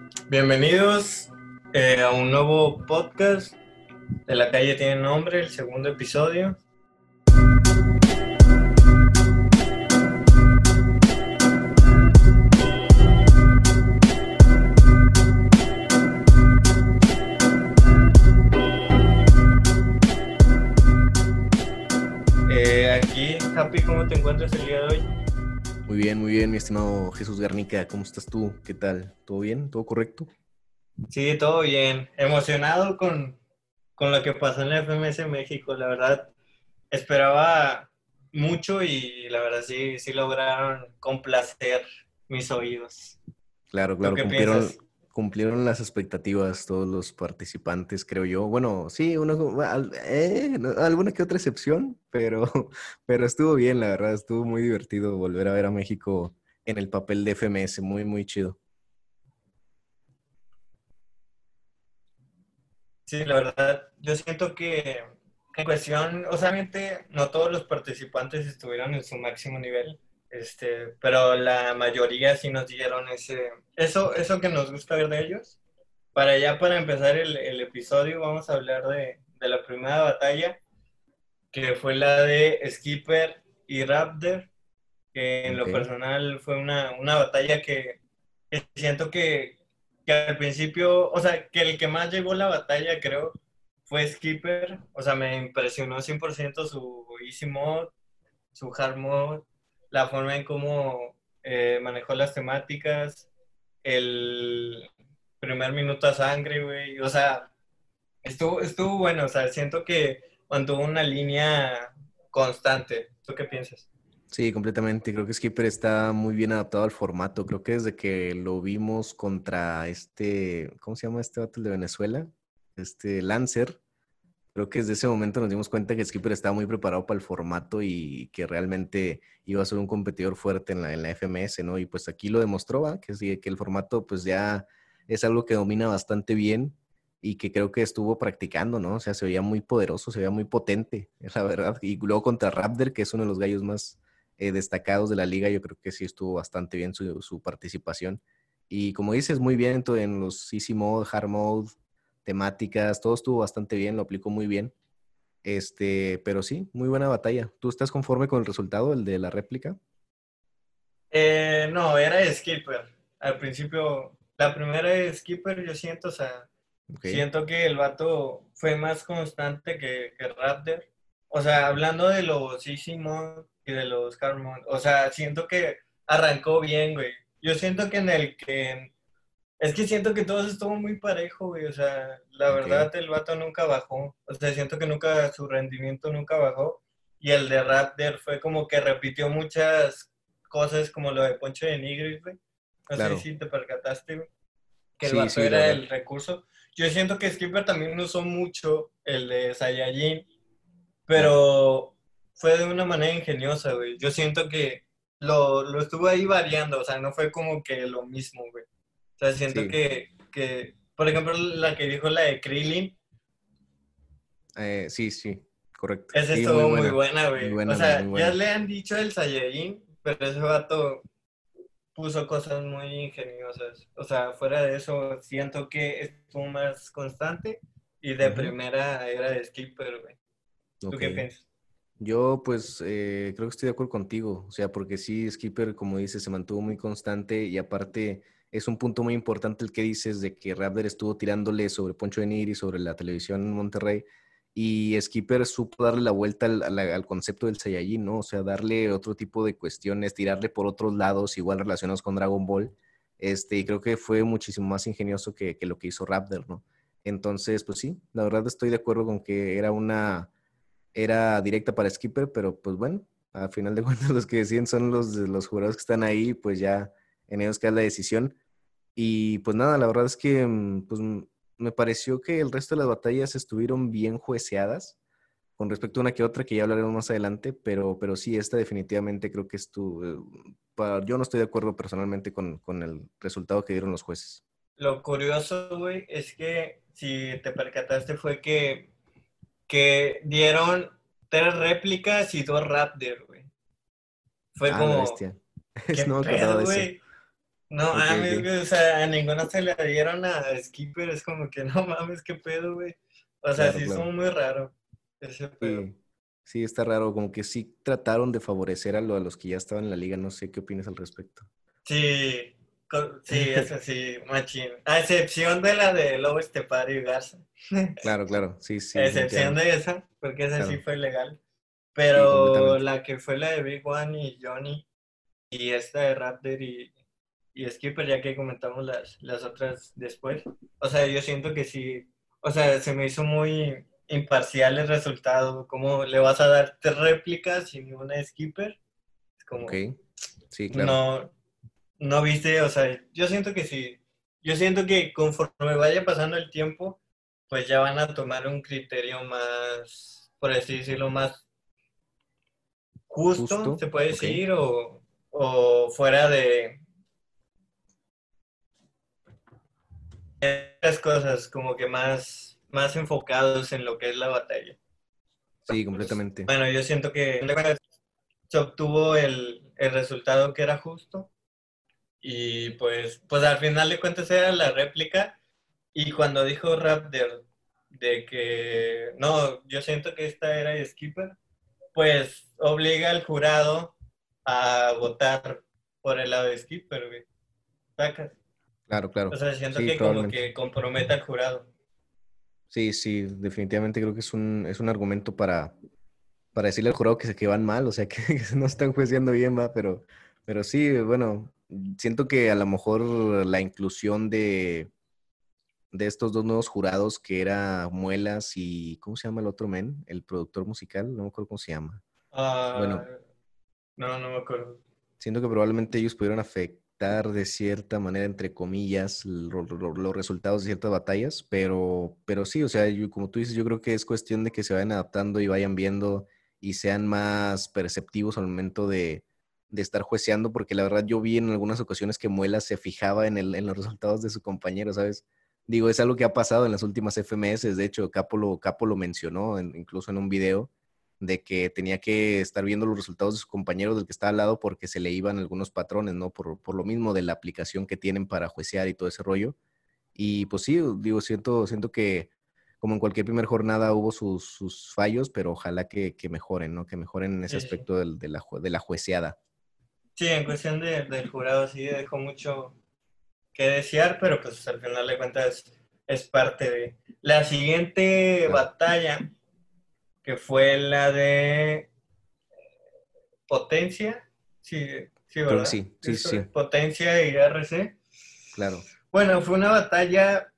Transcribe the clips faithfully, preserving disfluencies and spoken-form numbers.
Bienvenidos eh, a un nuevo podcast de La Calle Tiene Nombre, el segundo episodio. Eh, aquí, Happy, ¿cómo te encuentras el día de hoy? Muy bien, muy bien, mi estimado Jesús Garnica, ¿cómo estás tú? ¿Qué tal? ¿Todo bien? ¿Todo correcto? Sí, todo bien. Emocionado con, con lo que pasó en la F M S México. La verdad, esperaba mucho y la verdad sí, sí lograron complacer mis oídos. Claro, ¿Tú claro, qué cumplieron, piensas? cumplieron las expectativas todos los participantes, creo yo. Bueno, sí, uno, al- eh, no, alguna que otra excepción, pero, pero estuvo bien, la verdad, estuvo muy divertido volver a ver a México en el papel de F M S, muy, muy chido. Sí, la verdad, yo siento que en cuestión, o sea, obviamente no todos los participantes estuvieron en su máximo nivel, este, pero la mayoría sí nos dieron ese, eso, eso que nos gusta ver de ellos. Para ya, para empezar el, el episodio, vamos a hablar de, de la primera batalla, que fue la de Skipper y Raptor, que en Ok. lo personal fue una, una batalla que, que siento que, que al principio, o sea, que el que más llevó la batalla, creo, fue Skipper. O sea, me impresionó cien por ciento su easy mode, su hard mode, la forma en cómo eh, manejó las temáticas, el primer minuto a sangre, güey. O sea, estuvo, estuvo bueno. O sea, siento que mantuvo una línea constante. ¿Tú qué piensas? Sí, completamente. Creo que Skipper está muy bien adaptado al formato. Creo que desde que lo vimos contra este, ¿cómo se llama este vato el de Venezuela? Este Lancer. Creo que desde ese momento nos dimos cuenta que Skipper estaba muy preparado para el formato y que realmente iba a ser un competidor fuerte en la, en la F M S, ¿no? Y pues aquí lo demostró, ¿va? Que sí, que el formato pues ya es algo que domina bastante bien y que creo que estuvo practicando, ¿no? O sea, se veía muy poderoso, se veía muy potente, es la verdad. Y luego contra Raptor, que es uno de los gallos más eh, destacados de la liga, yo creo que sí estuvo bastante bien su, su participación. Y como dices, muy bien en, to- en los Easy Mode, Hard Mode, temáticas, todo estuvo bastante bien, lo aplicó muy bien. Este, pero sí, muy buena batalla. ¿Tú estás conforme con el resultado, el de la réplica? Eh, no, era de Skipper. Al principio, la primera de Skipper, yo siento, o sea, Ok, siento que el vato fue más constante que, que Raptor. O sea, hablando de los Easy Mode y de los Hard Mode, o sea, siento que arrancó bien, güey. Yo siento que en el que... Es que siento que todo estuvo muy parejo, güey. O sea, la ok, verdad, el vato nunca bajó. O sea, siento que nunca, su rendimiento nunca bajó. Y el de Raptor fue como que repitió muchas cosas como lo de Poncho de Nigris, güey. No sé claro. si te percataste, güey, que el Sí, vato sí, la era verdad. el recurso. Yo siento que Skipper también usó mucho el de Saiyajin, Claro. pero fue de una manera ingeniosa, güey. Yo siento que lo, lo estuvo ahí variando, o sea, no fue como que lo mismo, güey. O sea, siento Sí, que, que, por ejemplo, la que dijo la de Krillin, eh, sí, sí, correcto. esa Sí, muy estuvo muy buena, buena, muy güey. O buena, muy sea, ya buena. le han dicho el Saiyajin, pero ese vato puso cosas muy ingeniosas. O sea, fuera de eso, siento que estuvo más constante y de Ujú. primera era de Skipper, güey. ¿Tú Ok. qué piensas? Yo, pues, eh, creo que estoy de acuerdo contigo. O sea, porque sí, Skipper, como dices, se mantuvo muy constante y aparte es un punto muy importante el que dices de que Raptor estuvo tirándole sobre Poncho de Nigri, sobre la televisión en Monterrey y Skipper supo darle la vuelta al, al- al concepto del Saiyajin, ¿no? O sea, darle otro tipo de cuestiones, tirarle por otros lados, igual relacionados con Dragon Ball. Este, y creo que fue muchísimo más ingenioso que, que lo que hizo Raptor, ¿no? Entonces, pues sí, la verdad estoy de acuerdo con que era una era directa para Skipper, pero pues bueno, a final de cuentas los que deciden son los, los jugadores que están ahí, pues ya en ellos queda la decisión. Y pues nada, la verdad es que mm, pues mm, me pareció que el resto de las batallas estuvieron bien jueceadas, con respecto a una que otra que ya hablaremos más adelante, pero, pero sí, esta definitivamente creo que estuvo, para, yo no estoy de acuerdo personalmente con, con el resultado que dieron los jueces. Lo curioso, güey, es que si te percataste fue que, que dieron tres réplicas y dos Raptor, güey. Fue Ah, la como, bestia. ¿qué No me acordaba pedo, de eso. güey? No Ok, mames, ok. güey, o sea, a ninguna se le dieron a Skipper, es como que no mames, qué pedo, güey. O sea, Claro, sí estuvo claro. muy raro ese pedo. Sí, sí, está raro. Como que sí trataron de favorecer a, lo- a los que ya estaban en la liga. No sé qué opinas al respecto. Sí, co- sí, eso sí, machín. A excepción de la de Lobo Estepario y Garza. Claro, claro. Sí, sí, A excepción definitivamente. de esa, porque esa sí Claro. fue legal. Sí, Pero completamente. la que fue la de Big One y Johnny y esta de Raptor y, y Skipper, ya que comentamos las, las otras después. O sea, yo siento que sí, o sea, se me hizo muy imparcial el resultado. ¿Cómo le vas a dar tres réplicas y ni una Skipper? Es Ok. como, Sí, claro. no, no viste, o sea, yo siento que sí. Yo siento que conforme vaya pasando el tiempo, pues ya van a tomar un criterio más, por así decirlo, más justo, Justo. se puede Ok. decir, o, o fuera de las cosas, como que más, más enfocados en lo que es la batalla. Sí, Pues, completamente. bueno, yo siento que se obtuvo el, el resultado que era justo y pues, pues al final de cuentas era la réplica. Y cuando dijo Raptor de que no, yo siento que esta era de Skipper, pues obliga al jurado a votar por el lado de Skipper, güey. ¿Sacas? Claro, O claro. sea, siento Sí, que como probablemente. que compromete al jurado. Sí, sí, definitivamente creo que es un, es un argumento para, para decirle al jurado que se que van mal, o sea, que, que no están juiciando bien, va, pero, pero sí, bueno, siento que a lo mejor la inclusión de, de estos dos nuevos jurados, que era Muelas y, ¿cómo se llama el otro men? El productor musical, no me acuerdo cómo se llama. Ah, Bueno, no, no me acuerdo. siento que probablemente ellos pudieron afectar de cierta manera, entre comillas, lo- lo- los resultados de ciertas batallas, pero, pero sí, o sea, yo- como tú dices, yo creo que es cuestión de que se vayan adaptando y vayan viendo y sean más perceptivos al momento de, de estar jueceando, porque la verdad yo vi en algunas ocasiones que Muela se fijaba en, el, en los resultados de su compañero, ¿sabes? Digo, es algo que ha pasado en las últimas F M S, de hecho, Capo lo, Capo lo mencionó en- incluso en un video de que tenía que estar viendo los resultados de sus compañeros del que estaba al lado porque se le iban algunos patrones, ¿no? Por, por lo mismo de la aplicación que tienen para juecear y todo ese rollo. Y pues sí, digo, siento, siento que como en cualquier primera jornada hubo sus, sus fallos, pero ojalá que, que mejoren, ¿no? Que mejoren en ese Sí, sí. aspecto del- de, la, de la jueceada. Sí, en cuestión de, del jurado sí dejó mucho que desear, pero pues al final de cuentas es parte de... La siguiente Claro. batalla, que fue la de Potencia, sí, sí, Creo que ¿verdad? sí, sí, Es sí, sí, correcto. Potencia y R C. claro. Bueno, fue una batalla,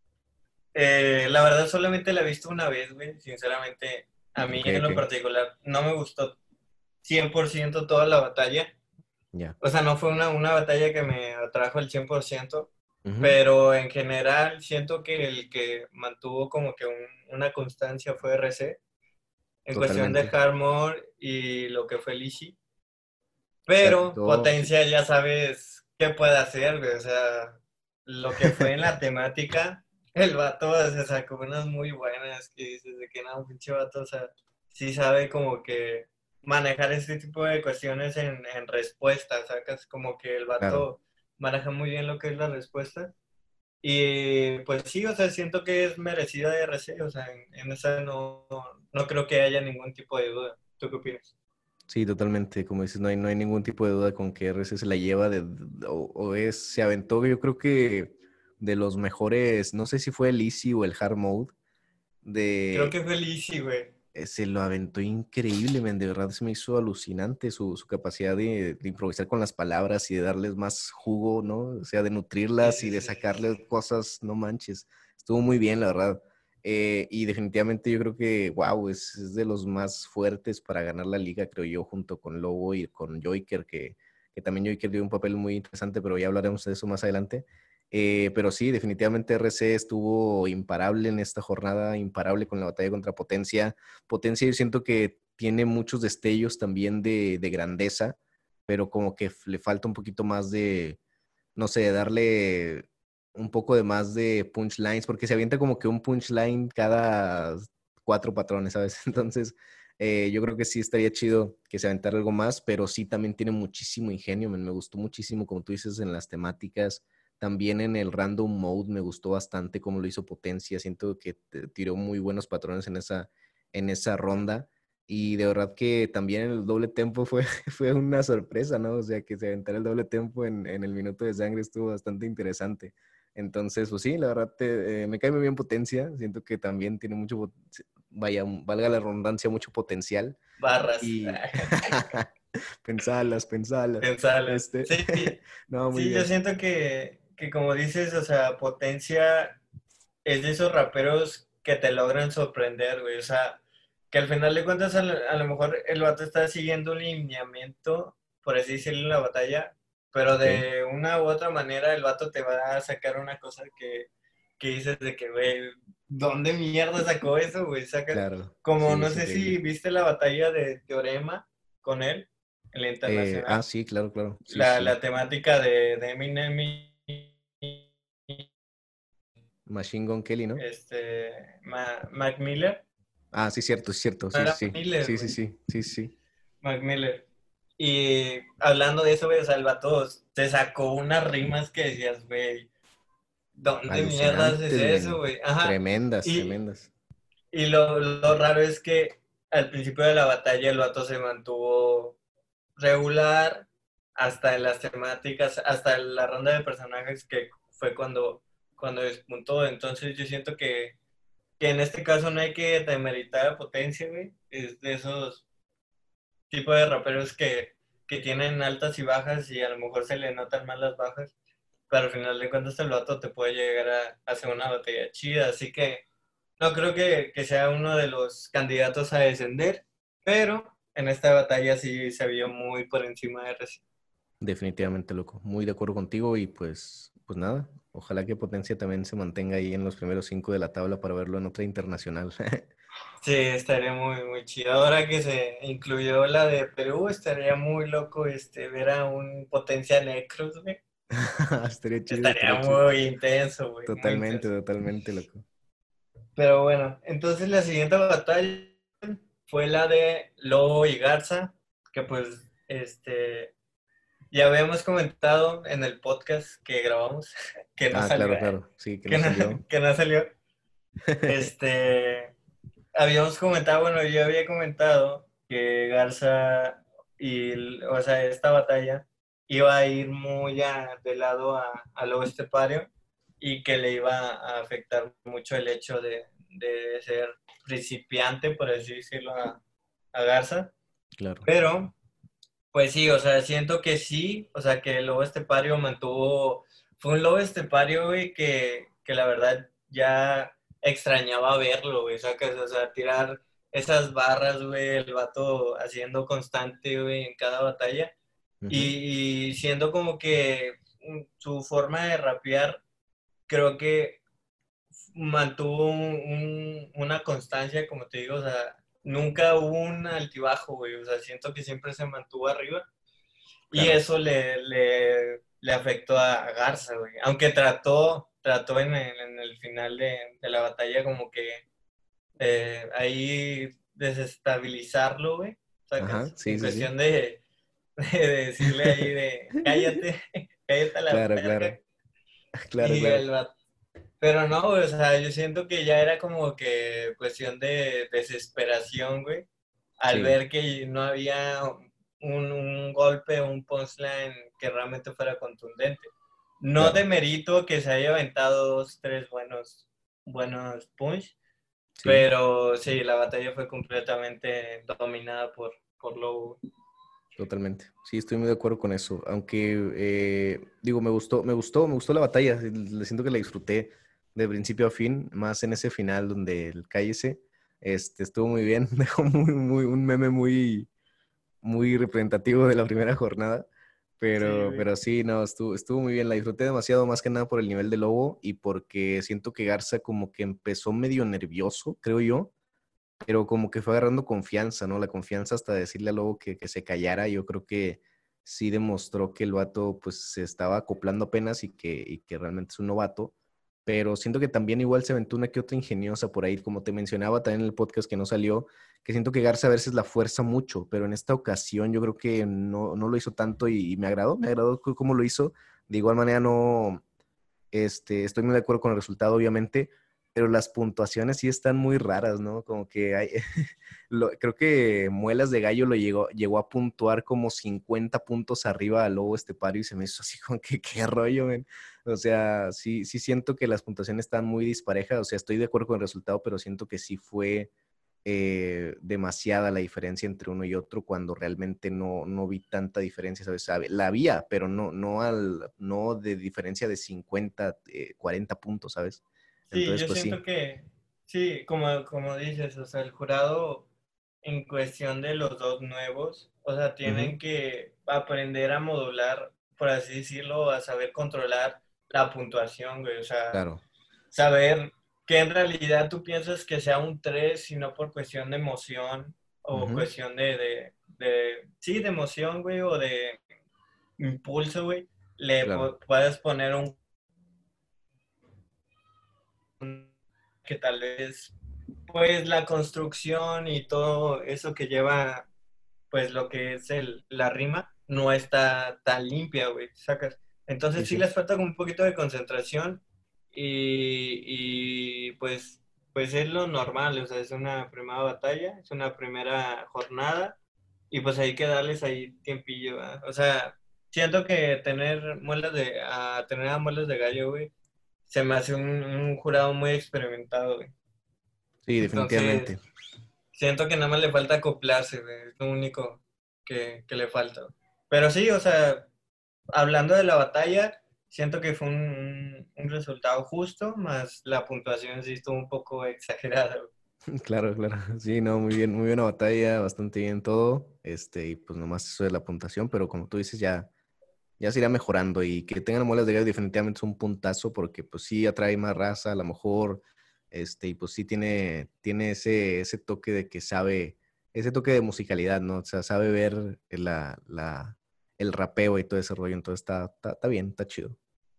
eh, la verdad solamente la he visto una vez, güey, sinceramente, a mí Ok, en lo ok. particular no me gustó cien por ciento toda la batalla. Ya. O sea, no fue una, una batalla que me atrajo al cien por ciento, Ujú. pero en general siento que el que mantuvo como que un- una constancia fue R C en cuestión de Totalmente. Hardmore y lo que fue Lishi. Pero Exacto. Sí. Potencia ya sabes qué puede hacer, güey. O sea, lo que fue en la temática, el vato se sacó unas muy buenas que dices de que no, pinche vato, o sea, sí sabe como que manejar este tipo de cuestiones en, en respuestas, sacas como que el Claro. vato maneja muy bien lo que es la respuesta. Y pues sí, o sea, siento que es merecida de R C, o sea, en, en esa no, no, no creo que haya ningún tipo de duda. ¿Tú qué opinas? Sí, totalmente. Como dices, no hay, no hay ningún tipo de duda con que R C se la lleva de, o, o es, se aventó, yo creo que de los mejores, no sé si fue el Easy o el Hard Mode, Creo de, que fue Lizzy, güey. eh, se lo aventó increíble, men, de verdad se me hizo alucinante su, su capacidad de, de improvisar con las palabras y de darles más jugo, ¿no? O sea, de Sí, nutrirlas y sí, de sí. sacarles cosas, no manches. Estuvo muy bien, la verdad. Eh, y definitivamente yo creo que, wow, es, es de los más fuertes para ganar la liga, creo yo, junto con Lobo y con Joiker, que, que también Joiker dio un papel muy interesante, pero ya hablaremos de eso más adelante. Eh, pero sí, definitivamente R C estuvo imparable en esta jornada, imparable con la batalla contra Potencia. Potencia yo siento que tiene muchos destellos también de, de grandeza, pero como que f- le falta un poquito más de, no sé, darle un poco de más de punchlines, porque se avienta como que un punchline cada cuatro patrones, ¿sabes? Entonces, Eh, yo creo que sí estaría chido que se aventara algo más, pero sí también tiene muchísimo ingenio, man. Me gustó muchísimo, como tú dices, en las temáticas. También en el random mode me gustó bastante cómo lo hizo Potencia. Siento que te- tiró muy buenos patrones en esa, en esa ronda. Y de verdad que también el doble tempo fue, fue una sorpresa, ¿no? O sea, que se aventara el doble tempo en, en el minuto de sangre estuvo bastante interesante. Entonces, pues sí, la verdad te- eh, me cae muy bien Potencia. Siento que también tiene mucho, pot- vaya, valga la redundancia, mucho potencial. Barras. Y pensalas, pensalas. Pensalas. Este, Sí, no, muy sí, yo bien. siento que, que como dices, o sea, Potencia es de esos raperos que te logran sorprender, güey. O sea, que al final de cuentas a lo, a lo mejor el vato está siguiendo un lineamiento, por así decirlo, en la batalla, pero Ok, de una u otra manera el vato te va a sacar una cosa que, que dices de que, güey, ¿dónde mierda sacó eso, güey? Saca, claro. como Sí, no es sé si increíble. viste la batalla de Teorema con él en la Eh, ah, internacional, sí, claro, claro. Sí, la, sí. la temática de, de Eminem y Machine Gun Kelly, ¿no? este, Ma- Mac Miller. Ah, sí, cierto, sí, cierto. No Sí, era sí, sí. Miller, Sí, sí, güey. sí. Sí, sí. Mac Miller. Y hablando de eso, güey, o sea, el vato te sacó unas rimas que decías, güey, ¿dónde mierdas es Alucinantes, eso, men. güey? Ajá. Tremendas, Y, tremendas. y lo, lo raro es que al principio de la batalla el vato se mantuvo regular hasta en las temáticas, hasta la ronda de personajes que fue cuando, cuando despuntó. Entonces yo siento que, que en este caso no hay que demeritar a Potencia, güey. Es de esos tipo de raperos que, que tienen altas y bajas y a lo mejor se le notan más las bajas, pero al final de cuentas el vato te puede llegar a, a hacer una batalla chida, así que no creo que, que sea uno de los candidatos a descender, pero en esta batalla sí se vio muy por encima de Reci. Definitivamente, loco. Muy de acuerdo contigo y pues, pues nada. Ojalá que Potencia también se mantenga ahí en los primeros cinco de la tabla para verlo en otra internacional. Sí, estaría muy, muy chido. Ahora que se incluyó la de Perú, estaría muy loco este, ver a un Potencia Necros, güey. Estaría chido, Estaría estaría chido. muy intenso, güey, muy Totalmente, intenso. totalmente, loco. Pero bueno, entonces la siguiente batalla fue la de Lobo y Garza, que pues este ya habíamos comentado en el podcast que grabamos, que no Ah, salió, claro, ¿eh? claro. Sí, que no que no, salió. que no salió. Este, habíamos comentado, bueno, yo había comentado que Garza y, o sea, esta batalla iba a ir muy a, de lado a, a Lobo Estepario y que le iba a afectar mucho el hecho de, de ser principiante, por así decirlo, a, a Garza. Claro. Pero, pues sí, o sea, siento que sí, o sea, que el Lobo Estepario mantuvo, fue un Lobo Estepario, güey, que, que la verdad ya extrañaba verlo, güey, sacas, o sea, tirar esas barras, güey, el vato haciendo constante, güey, en cada batalla, Ujú. y, y siendo como que mm, su forma de rapear, creo que mantuvo un- un- una constancia, como te digo, o sea, nunca hubo un altibajo, güey, o sea, siento que siempre se mantuvo arriba y Claro. eso le, le, le afectó a Garza, güey, aunque trató, trató en el, en el final de, de la batalla como que eh, ahí desestabilizarlo, güey, Ajá, sacas, sí, en sí, sí. cuestión de, de decirle ahí de cállate, cállate a la Claro, verga, claro. Claro, y claro. el vato pero no, güey, o sea, yo siento que ya era como que cuestión de desesperación, güey, al Sí, ver que no había un, un golpe o un punchline que realmente fuera contundente. No de claro. mérito que se haya aventado dos, tres buenos, buenos punch, Sí, pero sí, la batalla fue completamente dominada por, por Lobo. totalmente. Sí, estoy muy de acuerdo con eso. Aunque, eh, digo, me gustó, me gustó, me gustó la batalla. Le siento que la disfruté de principio a fin, más en ese final donde el cállese, este, estuvo muy bien. Dejó muy, muy, un meme muy, muy representativo de la primera jornada. Sí, Pero, güey. pero sí, no, estuvo, estuvo muy bien. La disfruté demasiado, más que nada por el nivel de Lobo y porque siento que Garza como que empezó medio nervioso, creo yo, pero como que fue agarrando confianza, ¿no? La confianza hasta decirle a Lobo que, que se callara. Yo creo que sí demostró que el vato pues se estaba acoplando apenas y que, y que realmente es un novato. pero siento que también igual se aventó una que otra ingeniosa por ahí, como te mencionaba también en el podcast que no salió, que siento que Garza a veces la fuerza mucho, pero en esta ocasión yo creo que no, no lo hizo tanto y, y me agradó, me agradó c- cómo lo hizo. De igual manera no, este, estoy muy de acuerdo con el resultado, obviamente, pero las puntuaciones sí están muy raras, ¿no? Como que hay, lo- creo que Muelas de Gallo lo llegó, llegó a puntuar como cincuenta puntos arriba al Lobo Estepario y se me hizo así como que qué rollo, men. O sea, sí, sí siento que las puntuaciones están muy disparejas, o sea, estoy de acuerdo con el resultado, pero siento que sí fue eh, demasiada la diferencia entre uno y otro cuando realmente no, no vi tanta diferencia, ¿sabes? Sabe- La había, pero no, no, al, no de diferencia de cincuenta eh, cuarenta puntos, ¿sabes? Sí, Entonces, yo pues siento sí. que, sí, como, como dices, o sea, el jurado en cuestión de los dos nuevos, o sea, Ujú, tienen que aprender a modular, por así decirlo, a saber controlar la puntuación, güey, o sea, claro. saber que en realidad tú piensas que sea un tres sino por cuestión de emoción o Ujú, cuestión de, de, de sí, de emoción, güey, o de impulso, güey, le claro. pu- puedes poner un que tal vez, pues la construcción y todo eso que lleva, pues lo que es el, la rima, no está tan limpia, güey, sacas. Sí, Entonces sí sí. les falta como un poquito de concentración y, y pues, pues es lo normal, o sea, es una primera batalla, es una primera jornada y pues hay que darles ahí tiempillo, ¿verdad? O sea, siento que tener muelas de, a tener a muelas de gallo, güey, se me hace un, un jurado muy experimentado, güey. Sí, Entonces, definitivamente. siento que nada más le falta acoplarse, güey. Es lo único que, que le falta. Pero sí, o sea, hablando de la batalla, siento que fue un, un- un resultado justo, más la puntuación sí estuvo un poco exagerada, güey. Claro, claro. Sí, no, muy bien, muy buena batalla, bastante bien todo. Este, y pues nomás eso de la puntuación, pero como tú dices, ya, ya se irá mejorando y que tengan muelas de gallo definitivamente es un puntazo porque pues sí atrae más raza, a lo mejor, este, y pues sí tiene, tiene ese, ese toque de que sabe, ese toque de musicalidad, ¿no? O sea, sabe ver la, la, el rapeo y todo ese rollo, entonces está, está, está bien, está chido.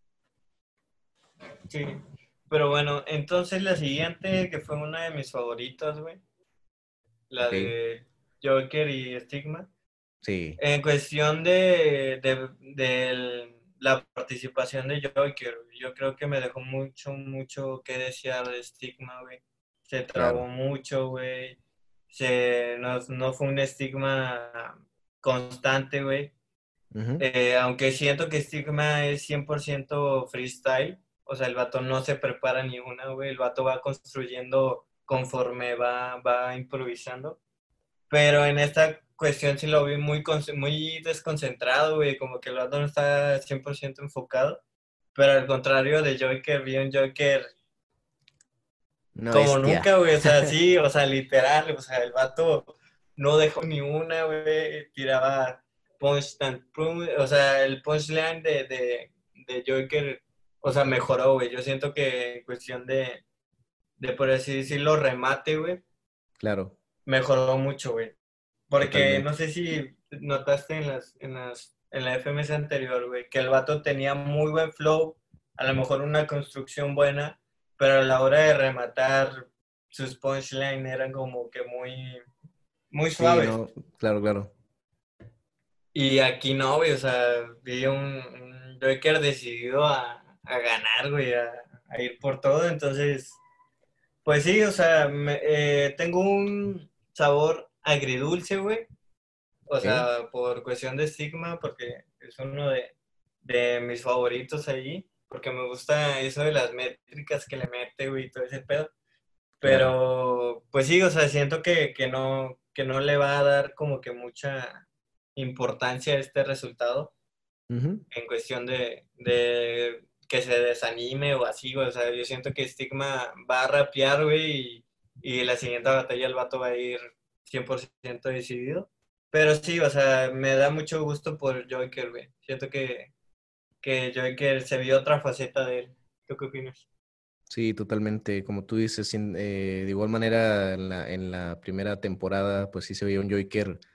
Sí. Pero bueno, entonces la siguiente, que fue una de mis favoritas, güey, la Ok, de Joker y Stigma. sí, En cuestión de, de, de la participación de Joker, yo creo que me dejó mucho, mucho que desear de Stigma, güey. Se trabó claro. mucho, güey. Se, no, no fue un estigma constante, güey. Ujú. Eh, aunque siento que Stigma es cien por ciento freestyle. O sea, el vato no se prepara ni una, güey. El vato va construyendo conforme va, va improvisando. Pero en esta cuestión sí lo vi muy, muy desconcentrado, güey, como que el vato no está cien por ciento enfocado. Pero al contrario de Joker, vi un Joker Una como bestia. nunca, güey, o sea, sí, o sea, literal, o sea, el vato no dejó ni una, güey, tiraba punch tan, pum, o sea, el punchline de, de, de Joker, o sea, mejoró, güey. Yo siento que en cuestión de, de por así decirlo, remate, güey, Claro, mejoró mucho, güey. Porque no totalmente. sé si notaste en las, en las, en la F M S anterior, güey, que el vato tenía muy buen flow, a lo mejor una construcción buena, pero a la hora de rematar, sus punchlines eran como que muy, muy Sí, suaves. no, claro, claro. Y aquí no, güey, o sea, vi un, un Joker decidido a, a ganar, güey, a, a ir por todo. Entonces, pues sí, o sea, me- eh, tengo un sabor agridulce, güey. O Ok, sea, por cuestión de estigma, porque es uno de, de mis favoritos allí, porque me gusta eso de las métricas que le mete, güey, y todo ese pedo. claro. Pero, pues sí, o sea, siento que, que no, que no le va a dar como que mucha importancia a este resultado Ujú. en cuestión de, de que se desanime o así, güey. O sea, yo siento que Stigma va a rapear, güey, y, y la siguiente batalla el vato va a ir cien por ciento decidido. Pero sí, o sea, me da mucho gusto por Joker, güey. Siento que, que Joker se vio otra faceta de él. ¿Tú qué opinas? Sí, totalmente. Como tú dices, sin- eh, de igual manera en la, en la primera temporada, pues sí se veía un Joker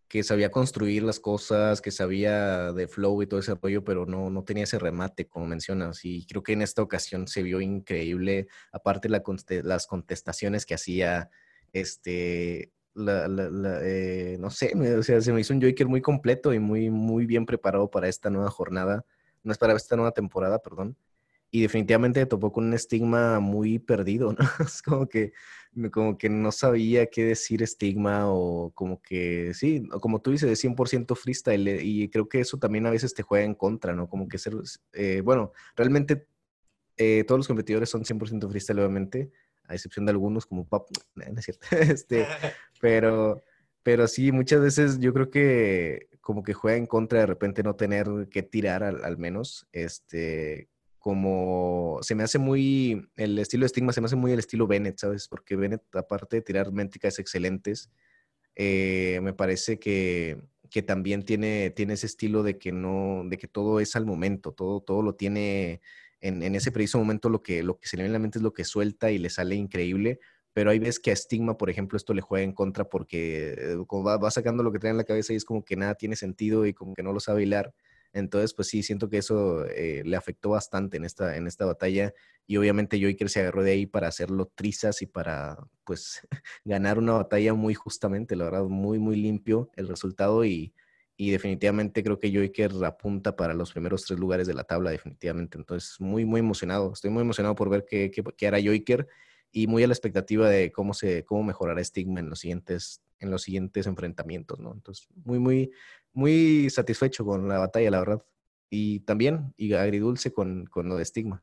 que sabía construir las cosas, que sabía de flow y todo ese rollo, pero no, no tenía ese remate, como mencionas. Y creo que en esta ocasión se vio increíble, aparte la, conte- las contestaciones que hacía, este, la, la- la, eh, no sé, me- o sea, se me hizo un Joker muy completo y muy, muy bien preparado para esta nueva jornada, no es para esta nueva temporada, perdón. Y definitivamente topó con un estigma muy perdido, ¿no? Es como que como que no sabía qué decir estigma o como que, sí, o como tú dices, de cien por ciento freestyle eh, y creo que eso también a veces te juega en contra, ¿no? Como que ser, eh, bueno, realmente eh, todos los competidores son cien por ciento freestyle, obviamente, a excepción de algunos como Pop, no, no es cierto, este, pero, pero sí, muchas veces yo creo que como que juega en contra de repente no tener que tirar al, al menos, este, como se me hace muy, el estilo de Stigma se me hace muy el estilo Bennett, ¿sabes? Porque Bennett, aparte de tirar métricas excelentes, eh, me parece que, que también tiene, tiene ese estilo de que no, de que todo es al momento, todo, todo lo tiene en, en ese preciso momento, lo que, lo que se le viene en la mente es lo que suelta y le sale increíble, pero hay veces que a Stigma, por ejemplo, esto le juega en contra porque eh, como va, va sacando lo que trae en la cabeza y es como que nada tiene sentido y como que no lo sabe hilar. Entonces, pues sí, siento que eso eh, le afectó bastante en esta, en esta batalla y obviamente Joker se agarró de ahí para hacerlo trizas y para, pues, ganar una batalla muy justamente, la verdad, muy, muy limpio el resultado y, y definitivamente creo que Joker apunta para los primeros tres lugares de la tabla, definitivamente. Entonces, muy, muy emocionado. Estoy muy emocionado por ver qué, qué, qué hará Joker y muy a la expectativa de cómo, se, cómo mejorará Stigma en los siguientes, en los siguientes enfrentamientos, ¿no? Entonces, muy, muy, muy satisfecho con la batalla, la verdad. Y también, y agridulce con, con lo de Stigma.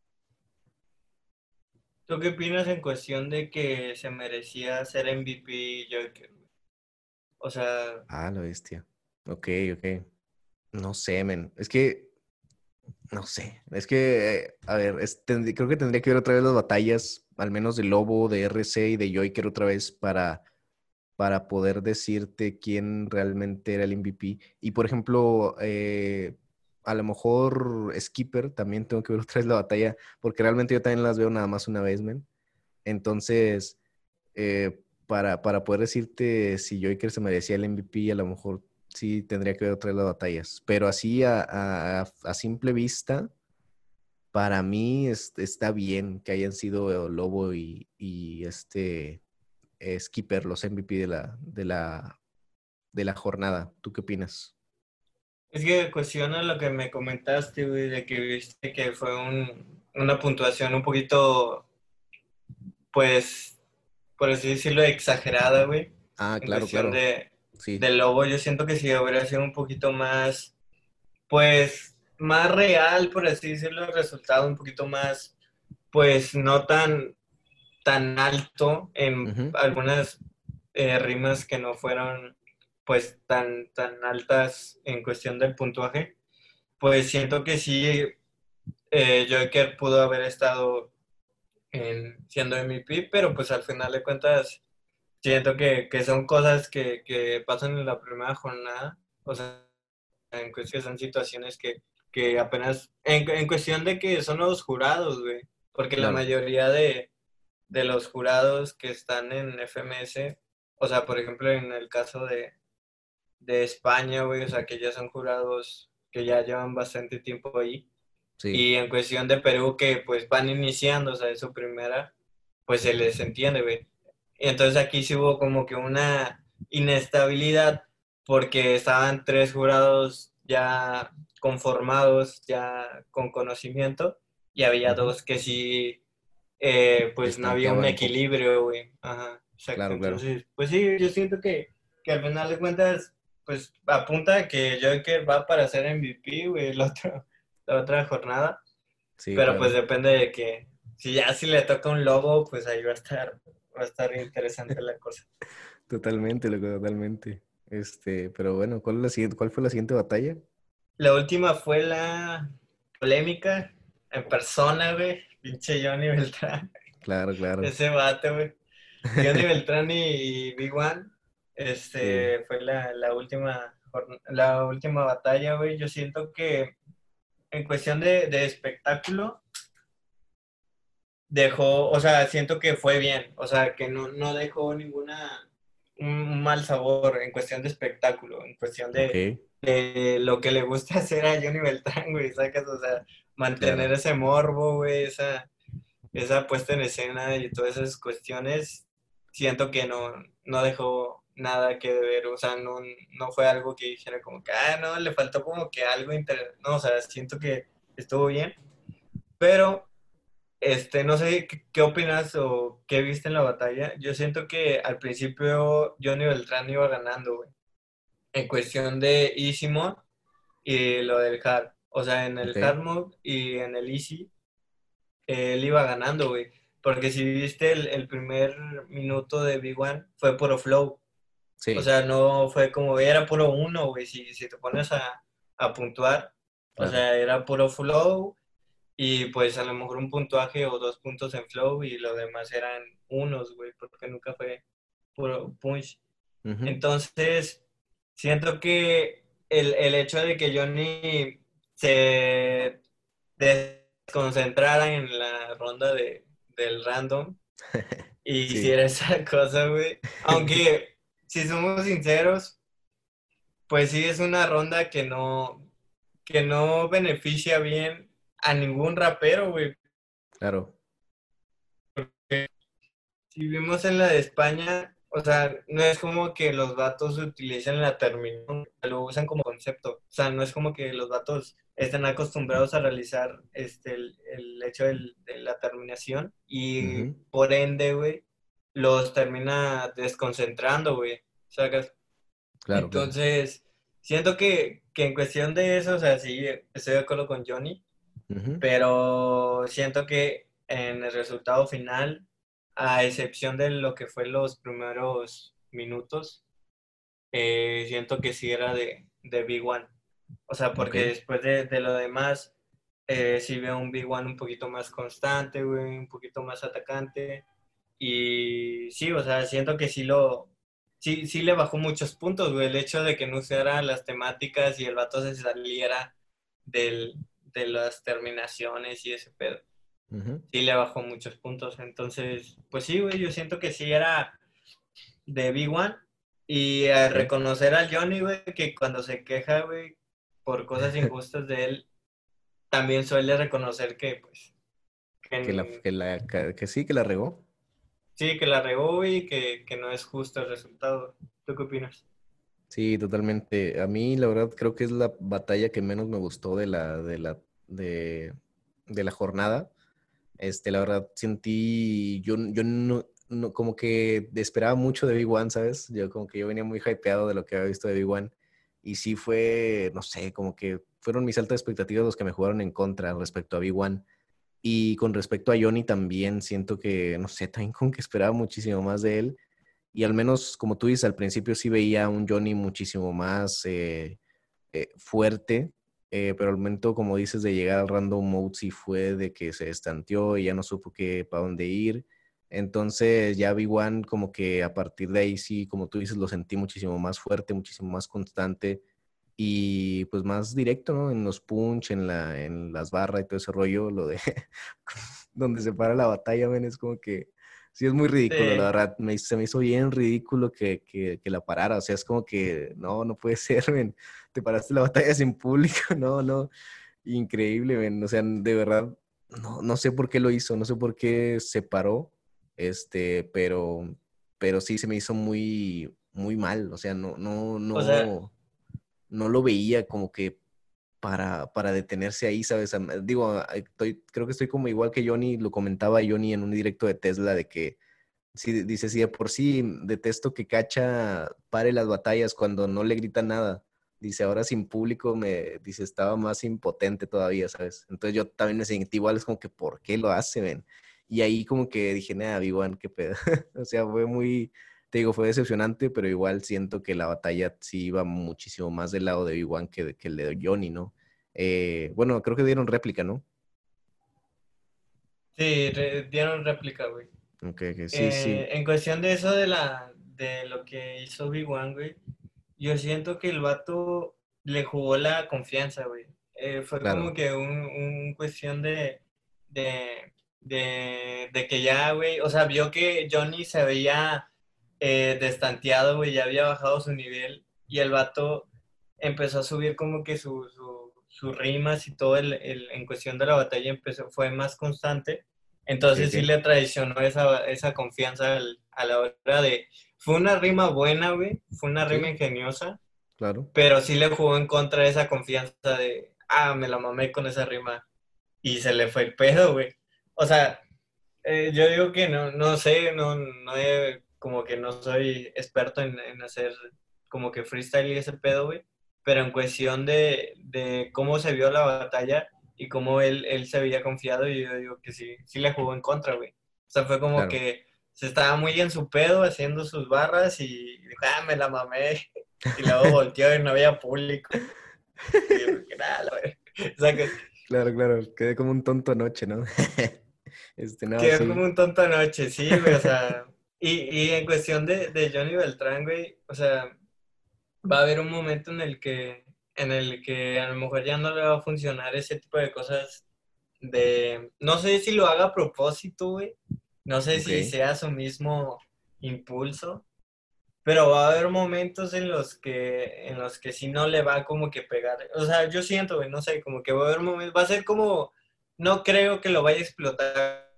¿Tú qué opinas en cuestión de que se merecía ser M V P Joker? O sea, Ah, la bestia. Ok, ok. No sé, men. Es que no sé, es que, eh, a ver, es- tendrí- creo que tendría que ver otra vez las batallas, al menos de Lobo, de R C y de Joker otra vez para, para poder decirte quién realmente era el M V P. Y por ejemplo, eh, a lo mejor Skipper, también tengo que ver otra vez la batalla, porque realmente yo también las veo nada más una vez, men. Entonces, eh, para, para poder decirte si Joker se merecía el M V P, a lo mejor sí tendría que ver otra vez las batallas. Pero así a, a a simple vista para mí es- está bien que hayan sido Lobo y, y este eh, Skipper los M V P de la, de la, de la jornada. ¿Tú qué opinas? es que cuestiona lo que me comentaste, güey, de que viste que fue un, una puntuación un poquito, pues, por así decirlo, exagerada, güey. Ah, En claro, cuestión claro. de, Sí, del Lobo, yo siento que si hubiera sido un poquito más, pues, más real, por así decirlo, el resultado un poquito más, pues, no tan, tan alto en ujú, algunas eh, rimas que no fueron, pues, tan, tan altas en cuestión del puntuaje, pues siento que sí, eh, Joker pudo haber estado en, siendo M V P, pero pues al final de cuentas siento que, que son cosas que, que pasan en la primera jornada, o sea, en cuestión son situaciones que, que apenas, en, en cuestión de que son los jurados, güey, porque la claro. mayoría de, de los jurados que están en F M S, o sea, por ejemplo, en el caso de, de España, güey, o sea, que ya son jurados que ya llevan bastante tiempo ahí, Sí, y en cuestión de Perú que pues van iniciando, o sea, es su primera, pues se les entiende, güey. Y entonces aquí sí hubo como que una inestabilidad porque estaban tres jurados ya conformados, ya con conocimiento, y había ujú, dos que sí, eh, pues no había un estanqueaba un poco. equilibrio, güey. Ajá, exacto. Claro, claro. Entonces, pues sí, yo siento que, que al final de cuentas, pues apunta a que Joker va para ser M V P, güey, el otro, la otra jornada, Sí, pero pues claro. depende de que, si ya si le toca un lobo, pues ahí va a estar, va a estar interesante la cosa. Totalmente, loco, totalmente. Este, pero bueno, ¿cuál es la siguiente, cuál fue la siguiente batalla? La última fue la polémica en persona, güey, pinche Johnny Beltrán, Claro, claro. ese vato, güey. Johnny Beltrán y, y Big One, Sí. este, fue la, la última, jorn- la última batalla, güey. Yo siento que en cuestión de, de espectáculo, dejó, o sea, siento que fue bien, o sea, que no, no dejó ninguna, un, un mal sabor en cuestión de espectáculo, en cuestión Ok, de, de lo que le gusta hacer a Johnny Beltrán, güey, sacas, o sea, mantener claro. ese morbo, güey, esa, esa puesta en escena y todas esas cuestiones, siento que no, no dejó nada que ver, o sea, no, no fue algo que dijera como que, ah, no, le faltó como que algo inter... No, o sea, siento que estuvo bien, pero, este, no sé, ¿qué, qué opinas o qué viste en la batalla? Yo siento que al principio Johnny Beltrán iba ganando, güey, en cuestión de Easy Mode y lo del Hard. O sea, en el Ok. Hard Mode y en el Easy él iba ganando, güey. Porque si viste el, el primer minuto de Big One, fue puro flow. O Sí, sea, no fue como, era puro uno, güey. Si, si te pones a, a puntuar, o claro. sea, era puro flow y pues a lo mejor un puntuaje o dos puntos en flow y lo demás eran unos, güey, porque nunca fue puro punch. Ujú. Entonces, siento que el, el hecho de que Johnny se desconcentrara en la ronda de, del random y Sí, hiciera esa cosa, güey. Aunque, si somos sinceros, pues sí es una ronda que no, que no beneficia bien a ningún rapero, güey. claro. Si vimos en la de España, o sea, no es como que los vatos utilicen la terminación, lo usan como concepto. O sea, no es como que los vatos estén acostumbrados a realizar este, el, el hecho del- de la terminación y Ujú. por ende, güey, los termina desconcentrando, güey. ¿Sacas? Claro, claro. Entonces, siento que, que en cuestión de eso, o sea, sí, estoy de acuerdo con Johnny, Ujú. pero siento que en el resultado final, a excepción de lo que fue los primeros minutos, eh, siento que sí era de, de Big One. O sea, Ok, porque después de, de lo demás, eh, sí veo un Big One un poquito más constante, güey, un poquito más atacante. Y sí, o sea, siento que sí lo, sí, sí le bajó muchos puntos, güey, el hecho de que no usara las temáticas y el vato se saliera del, de las terminaciones y ese pedo. ujú. Sí le bajó muchos puntos. Entonces, pues sí, güey, yo siento que sí era de Big One. Y a Ok. reconocer al Johnny, güey, que cuando se queja, güey, por cosas injustas de él, también suele reconocer que, pues, Que la, que que la, que que sí, que la regó. sí, que la regó, güey, y que, que no es justo el resultado. ¿Tú qué opinas? Sí, totalmente. A mí, la verdad, creo que es la batalla que menos me gustó de la, de la, de, de la jornada. Este, la verdad, sentí, yo, yo no, no- como que esperaba mucho de Big One, ¿sabes? Yo como que yo venía muy hypeado de lo que había visto de Big One. Y sí fue, no sé, como que fueron mis altas expectativas los que me jugaron en contra respecto a Big One. Y con respecto a Johnny también siento que, no sé, también como que esperaba muchísimo más de él. Y al menos, como tú dices, al principio sí veía a un Johnny muchísimo más eh, eh, fuerte, eh, pero al momento, como dices, de llegar al random mode sí fue de que se estanteó y ya no supo qué, para dónde ir. Entonces ya Big One como que a partir de ahí sí, como tú dices, lo sentí muchísimo más fuerte, muchísimo más constante y pues más directo, ¿no? En los punch, en la, en las barras y todo ese rollo, lo de donde se para la batalla, men, es como que sí es muy ridículo, la Sí, verdad, me, se me hizo bien ridículo que, que, que la parara, o sea, es como que no, no puede ser, men, te paraste la batalla sin público, no, no, increíble, men, o sea, de verdad, no, no sé por qué lo hizo, no sé por qué se paró, este, pero, pero sí se me hizo muy, muy mal, o sea, no, no, o sea, no, no lo veía como que para, para detenerse ahí, ¿sabes? Am- Digo, estoy, creo que estoy como igual que Johnny, lo comentaba Johnny en un directo de Tesla, de que sí, dice, sí, de por sí detesto que Cacha pare las batallas cuando no le grita nada. Dice, ahora sin público me, dice, estaba más impotente todavía, ¿sabes? Entonces yo también me sentí igual, es como que, ¿por qué lo hace, ven? Y ahí como que dije, nada, Big One, qué pedo. O sea, fue muy, te digo, fue decepcionante, pero igual siento que la batalla sí iba muchísimo más del lado de Big One que, de- que el de Johnny, ¿no? Eh, bueno, creo que dieron réplica, ¿no? sí, re- dieron réplica, güey. Ok, ok, sí, Eh, sí, en cuestión de eso de la de lo que hizo Big One, güey, yo siento que el vato le jugó la confianza, güey. Eh, fue como claro. que un, un cuestión de, de, de, de que ya, güey, o sea, vio que Johnny se veía eh, destanteado, güey, ya había bajado su nivel y el vato empezó a subir como que su, su- sus rimas y todo el, el- en cuestión de la batalla empezó, fue más constante. Ok, Entonces sí ok. le traicionó esa, esa confianza al- a la hora de... Fue una rima buena, güey, fue una rima Sí, ingeniosa, claro. pero sí le jugó en contra de esa confianza de, ah, me la mamé con esa rima y se le fue el pedo, güey. O sea, eh, yo digo que no, no sé, no, no he- como que no soy experto en, en hacer como que freestyle y ese pedo, güey, pero en cuestión de, de cómo se vio la batalla y cómo él, él se había confiado, y yo digo que sí, sí le jugó en contra, güey. O sea, fue como Claro. que se estaba muy en su pedo haciendo sus barras y dijo, ah, me la mamé, y luego volteó y no había público, y yo que nada, la verdad. O sea, que Claro, claro. Quedé como un tonto anoche, ¿no? Este, no, quedó como sí. un tonto anoche, sí, güey, o sea, y, y en cuestión de, de Johnny Beltrán, güey, o sea, va a haber un momento en el que, en el que a lo mejor ya no le va a funcionar ese tipo de cosas de, no sé si lo haga a propósito, güey, no sé Ok. si sea su mismo impulso, pero va a haber momentos en los que, en los que sí no le va como que pegar, o sea, yo siento, güey, no sé, como que va a haber momentos, va a ser como, no creo que lo vaya a explotar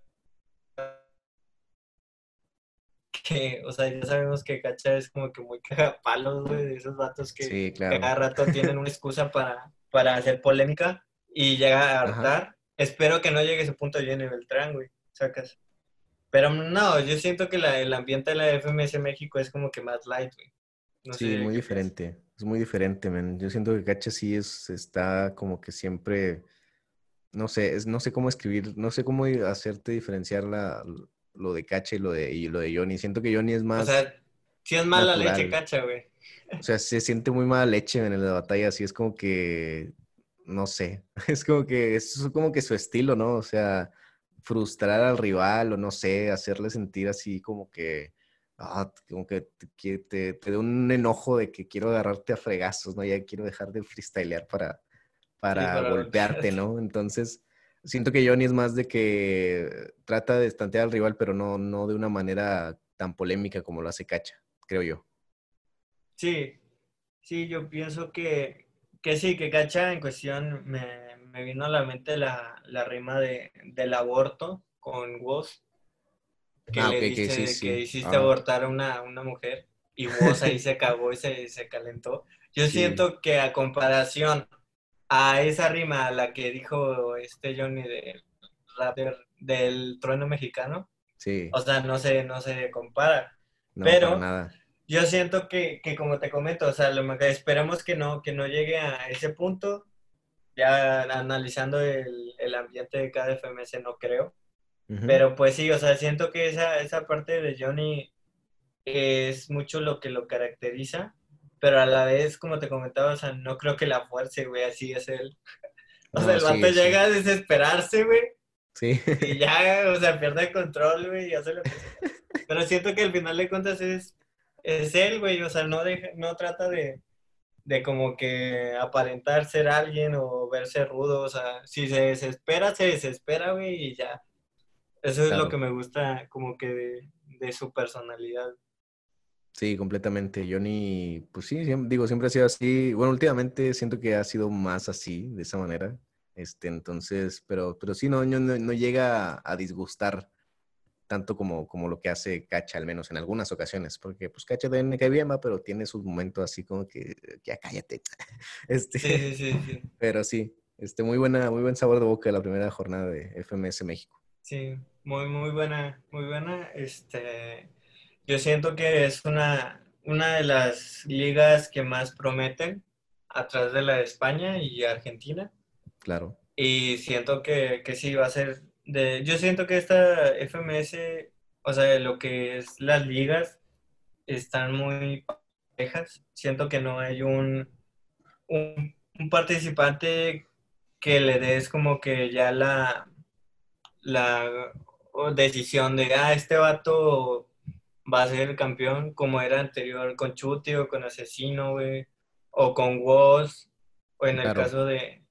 que, o sea, ya sabemos que Cacha es como que muy cagapalos, güey, de esos vatos que Sí, cada claro. rato tienen una excusa para, para hacer polémica y llega a Ajá. hartar. Espero que no llegue a ese punto Jenny Beltrán, güey, sacas. Pero no, yo siento que la, el ambiente de la F M S México es como que más light, güey. No Sí, sé muy qué piensas. diferente. Es muy diferente, man. Yo siento que Cacha sí es, está como que siempre, no sé, es, no sé cómo escribir, no sé cómo hacerte diferenciar la, lo de Cacha y lo de, y lo de Johnny. Siento que Johnny es O más sea, si es mala leche, natural. Cacha, güey. O sea, se siente muy mala leche en la batalla, así es como que, no sé, es como que, es como que su estilo, ¿no? O sea, frustrar al rival o no sé, hacerle sentir así como que, ah, como que te, que te, te dé un enojo de que quiero agarrarte a fregazos, ¿no? Ya quiero dejar de freestylear para, Sí, para para golpearte, golpearte. ¿no? Entonces, siento que Johnny es más de que trata de estantear al rival, pero no, no de una manera tan polémica como lo hace Cacha, creo yo. Sí, sí, yo pienso que, que sí, que Cacha en cuestión me, me vino a la mente la, la rima de, del aborto con Woz, que Ah, ok, le que sí, dice que sí. hiciste Ajá. abortar a una, una mujer y Woz ahí se cagó y se, se calentó. Yo Sí, siento que a comparación a esa rima, a la que dijo este Johnny del rapper del trueno mexicano, sí, o sea, no se, no se compara. no, para Pero nada. yo siento que, que como te comento, o sea, lo mejor- esperemos que no, que no llegue a ese punto. Ya analizando el, el ambiente de cada F M S, no creo. Ujú. Pero pues sí, o sea, siento que esa, esa parte de Johnny es mucho lo que lo caracteriza, pero a la vez, como te comentaba, o sea, no creo que la fuerce, güey, así es él. O sea, No, el vato sí, sí, llega a desesperarse, güey, sí. y ya, o sea, pierde el control, güey, y hace lo que sea. Pero siento que al final de cuentas es, es él, güey, o sea, no, deja, no trata de, de como que aparentar ser alguien o verse rudo, o sea, si se desespera, se desespera, güey, y ya. Eso es lo que Claro. me gusta como que de, de su personalidad. Sí, completamente. Johnny, pues sí, siem- digo, siempre ha sido así. Bueno, últimamente siento que ha sido más así, de esa manera. Este, entonces, pero, pero sí, no, no, no no llega a, a disgustar tanto como, como lo que hace Cacha, al menos en algunas ocasiones, porque pues Cacha también me cae bien, va, pero tiene sus momentos así como que, ya cállate. Sí, Este, sí, sí, sí. pero sí, este, muy buena, muy buen sabor de boca la primera jornada de F M S México. Sí, muy, muy buena, muy buena. Este, yo siento que es una, una de las ligas que más prometen, atrás de la de España y Argentina. Claro, Y siento que, que sí va a ser de. Yo siento que esta F M S, o sea, lo que es las ligas, están muy parejas. Siento que no hay un, un, un participante que le des como que ya la, la decisión de, ah, este vato va a ser el campeón, como era anterior con Chuti o con Asesino, güey, o con Woz, o en el claro. caso de,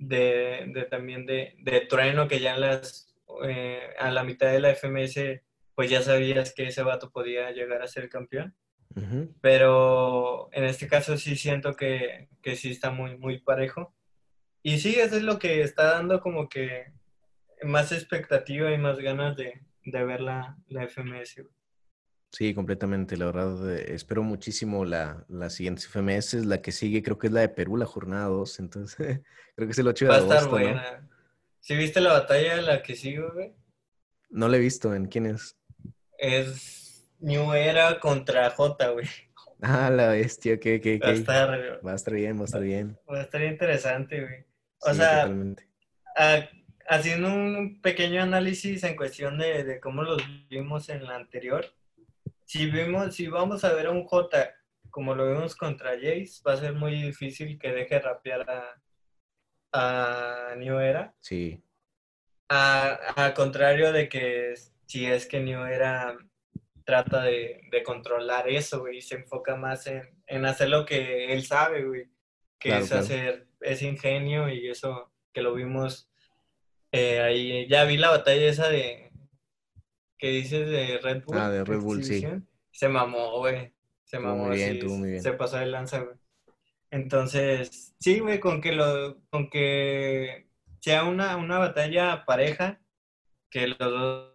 de, de también de, de Trueno, que ya en las, eh, a la mitad de la F M S, pues ya sabías que ese vato podía llegar a ser campeón. Ujú. Pero en este caso sí siento que, que sí está muy, muy parejo. Y sí, eso es lo que está dando como que más expectativa y más ganas de, de ver la, la F M S, güey. Sí, completamente. La verdad, eh, espero muchísimo la, la siguiente F M S. La que sigue creo que es la de Perú, la jornada dos. Entonces, creo que es el ocho de Va a estar agosto, ¿no? buena. ¿Sí viste la batalla de la que sigo, güey? No la he visto. ¿En quién es? Es New Era contra J, güey. Ah, la bestia. Ok, ok, Va a ok. estar, Va a estar bien, va a estar va, bien. va a estar interesante, güey. O Sí, sea, totalmente. a- haciendo un pequeño análisis en cuestión de, de cómo los vimos en la anterior, si vimos, si vamos a ver a un J como lo vimos contra Jace, va a ser muy difícil que deje rapear a, a New Era. Sí, A, a contrario de que si es que New Era trata de, de controlar eso, güey, y se enfoca más en, en hacer lo que él sabe, güey, que claro, es claro. hacer ese ingenio y eso que lo vimos eh, ahí. Ya vi la batalla esa de que dices de Red Ah, Bull de Red Bull, sí. Exhibición. Se mamó, güey. Se Estuvo muy mamó, bien, sí, estuvo muy se bien. pasó de lanza, güey. Entonces, sí, güey, con que lo, con que sea una, una batalla pareja, que los dos.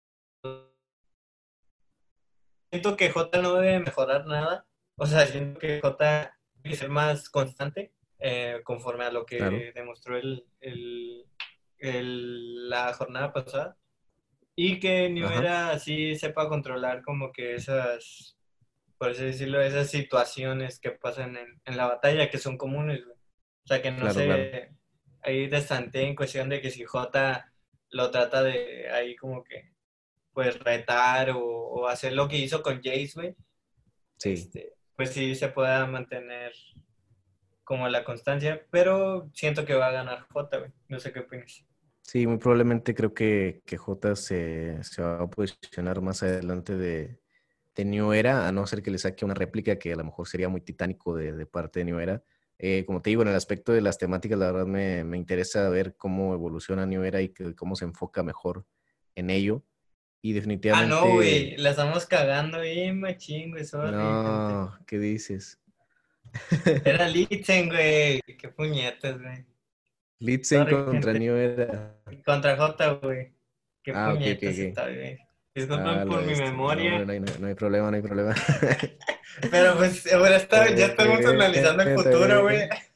Siento que J no debe mejorar nada. O sea, siento que J debe ser más constante eh, conforme a lo Claro. que demostró el, el- el- la jornada pasada. Y que New Ajá. Era así sepa controlar como que esas, por así decirlo, esas situaciones que pasan en, en la batalla que son comunes, güey. O sea, que no Claro, claro. se ahí destante en cuestión de que si J lo trata de ahí como que pues retar o, o hacer lo que hizo con Jace, güey, Sí. este, pues sí se pueda mantener como la constancia, pero siento que va a ganar J, güey. No sé qué opinas. Sí, muy probablemente creo que, que J se, se va a posicionar más adelante de, de New Era, a no ser que le saque una réplica que a lo mejor sería muy titánico de, de parte de New Era. Eh, como te digo, en el aspecto de las temáticas, la verdad me, me interesa ver cómo evoluciona New Era y que- cómo se enfoca mejor en ello. Y Ah, no, definitivamente, güey, la estamos cagando bien, machín, güey, sorry, gente. no, ¿qué dices? Era Litzen, güey, qué puñetas, güey. Litzen Sorry, contra gente. New Era. Contra J, güey. Qué Ah, ok, ok, puñetas ok. está, güey. Ah, Disculpen la por mi bestia. No, hombre, memoria, no hay, no hay- no hay problema, no hay problema. pero pues ahora está, ya Está estamos bien, analizando el está futuro, güey. bien.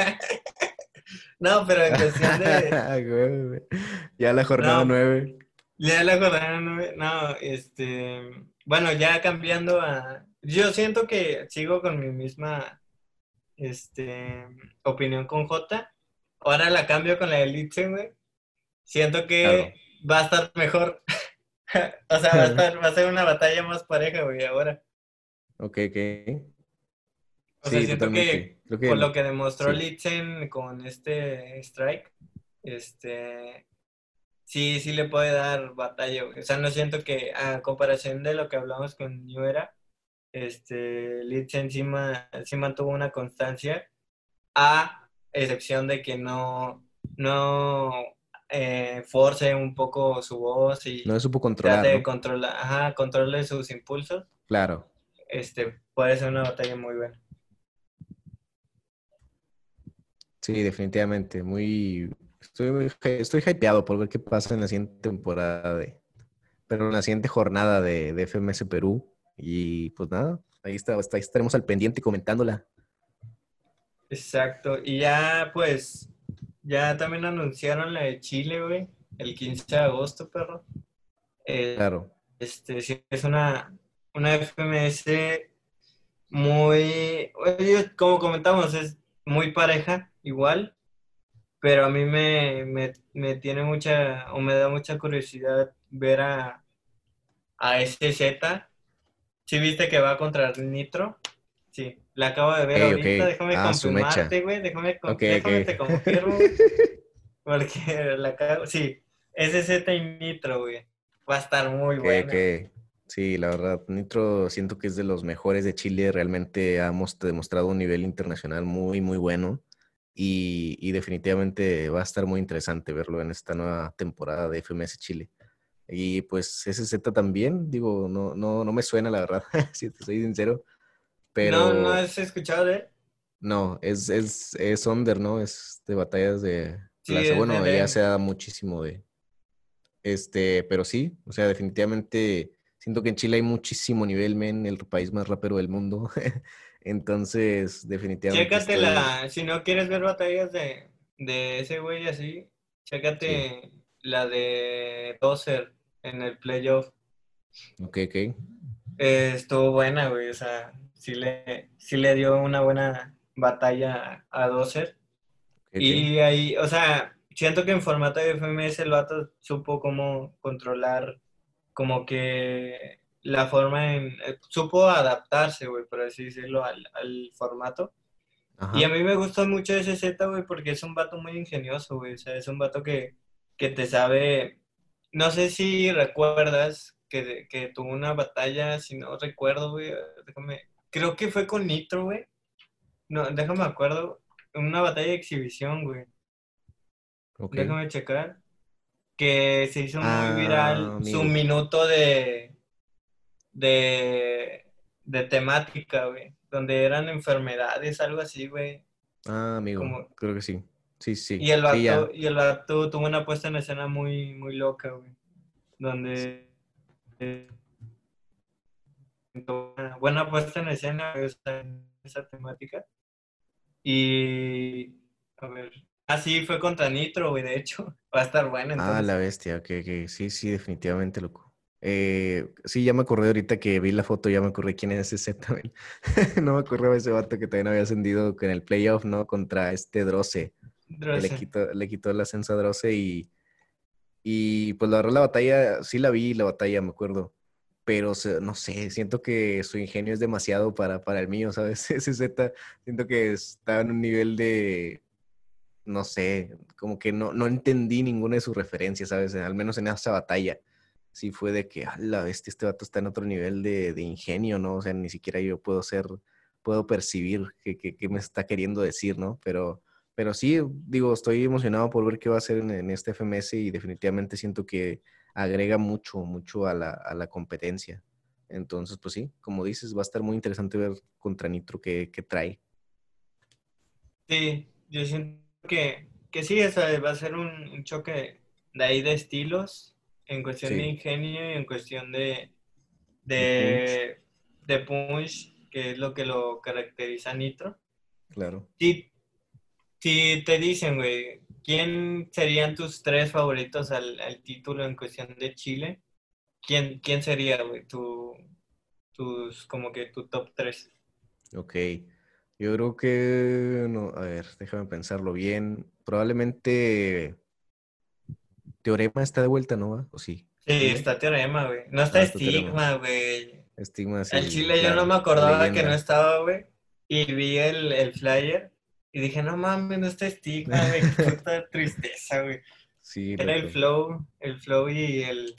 No, pero en cuestión de... Güey, güey. Ya la jornada No, nueve. ya la jornada no, no, este, bueno, ya cambiando a, yo siento que sigo con mi misma, este, opinión con J. Ahora la cambio con la de Litzen, güey. Siento que Claro. va a estar mejor. O sea, va a estar, va a ser una batalla más pareja, güey, ahora. Ok, ok. O sea, Sí, siento totalmente. que Creo que con lo el- que demostró sí. Litzen con este Strike, este, sí, sí le puede dar batalla, güey. O sea, no siento que, a comparación de lo que hablamos con New Era, este, Leeds encima sí mantuvo una constancia, a excepción de que no, no eh, force un poco su voz No y se supo trate controlar, de ¿no? controlar, ajá, controle sus impulsos, Claro. este, puede ser una batalla muy buena. Sí, definitivamente. Muy. Estoy, muy hy- estoy hypeado por ver qué pasa en la siguiente temporada de. Pero en la siguiente jornada de, de F M S Perú. Y pues nada, ahí está, hasta ahí estaremos al pendiente comentándola. Exacto. Y ya, pues, ya también anunciaron la de Chile, güey, el quince de agosto, perro. Eh, Claro. este, sí, es una, una F M S muy, oye, como comentamos, es muy pareja, igual, pero a mí me, me, me tiene mucha, o me da mucha curiosidad ver a, a este Z. ¿Sí viste que va contra Nitro? Sí, la acabo de Ok, ver ok. ahorita, déjame Ah, su mecha. confirmarte, güey, déjame, con- Ok, déjame te ok. confirmo, güey, porque la acabo, sí, ese Z y Nitro, güey, va a estar muy Que, buena, güey. que, sí, la verdad, Nitro siento que es de los mejores de Chile, realmente hemos demostrado un nivel internacional muy, muy bueno y, y definitivamente va a estar muy interesante verlo en esta nueva temporada de F M S Chile. Y pues S Z también, digo, no, no, no me suena la verdad, si te soy sincero, No, no pero has escuchado de él. no, es, es, es Under, ¿no? Es de batallas de Sí, plaza. es de Bueno, ya se Lane. da muchísimo de, este, pero sí, o sea, definitivamente siento que en Chile hay muchísimo nivel, men, el país más rapero del mundo. Entonces, definitivamente estoy, Chécatela, si no quieres ver batallas de, de ese güey así, sí, chécate la de Dozer en el playoff. ok, ok, Eh, estuvo buena, güey, o sea, sí le, sí le dio una buena batalla a Dozer. ok, ok. Y ahí, o sea, siento que en formato de F M S el vato supo cómo controlar como que la forma en... eh, supo adaptarse, güey, por así decirlo, al, al formato. Y a Ajá, mí me gusta mucho ese Z, güey, porque es un vato muy ingenioso, güey. O sea, es un vato que, que te sabe. No sé si recuerdas que, que tuvo una batalla, si no recuerdo, güey. Déjame. Creo que fue con Nitro, güey. No, déjame acuerdo. Una batalla de exhibición, güey. ok. Déjame checar. Que se hizo muy Ah, viral su amigo. minuto de, de, de temática, güey. Donde eran enfermedades, algo así, güey. Ah, amigo, Como, creo que sí. Sí, sí, Y el sí, ya. vato, y el vato tuvo una puesta en escena muy, muy loca, güey. Donde eh, tuvo una buena puesta en escena esa, esa temática. Y a ver. Así fue contra Nitro, güey, de hecho. Va a estar bueno Ah, la entonces. bestia, ok, ok. Sí, sí, definitivamente, loco. Eh, sí, ya me acordé ahorita que vi la foto, ya me acordé quién es ese también. No me acordaba ese vato que también había ascendido con el playoff, ¿no? Contra este Droce, que le Droce. quitó, le quitó el ascenso a Droce y, y pues la verdad la batalla, sí la vi, la batalla, me acuerdo. Pero se- no sé, siento que su ingenio es demasiado para, para el mío, ¿sabes? Ese Z, siento que está en un nivel de no sé, como que no, no entendí ninguna de sus referencias, ¿sabes? Al menos en esa batalla. Sí fue de que, a la bestia, este vato está en otro nivel de, de ingenio, ¿no? O sea, ni siquiera yo puedo ser, puedo percibir qué, qué, qué me está queriendo decir, ¿no? Pero, pero sí, digo, estoy emocionado por ver qué va a hacer en, en este F M S y definitivamente siento que agrega mucho, mucho a la, a la competencia. Entonces, pues sí, como dices, va a estar muy interesante ver contra Nitro qué, qué trae. Sí, yo siento que, que sí, o sea, va a ser un, un choque de ahí de estilos, en cuestión de Sí, ingenio y en cuestión de, de punch, de, de punch, que es lo que lo caracteriza a Nitro. claro. Sí, si te dicen, güey, ¿quién serían tus tres favoritos al, al título en cuestión de Chile? ¿Quién, quién sería, güey, tu, tus, como que tu top tres? Ok, yo creo que, no, a ver, déjame pensarlo bien. Probablemente Teorema está de vuelta, ¿no? ¿Va? ¿O sí? Sí, ¿Sigue? está Teorema, güey. No está Ah, está Teorema. Estigma, güey. Estigma, Al sí, Chile yo no claro, me la acordaba que no leyenda. estaba, güey. Y vi el, el flyer y dije, no mames, no está Estigma, güey. Qué puta tristeza, güey. Sí, Era el loco, flow, el flow y el,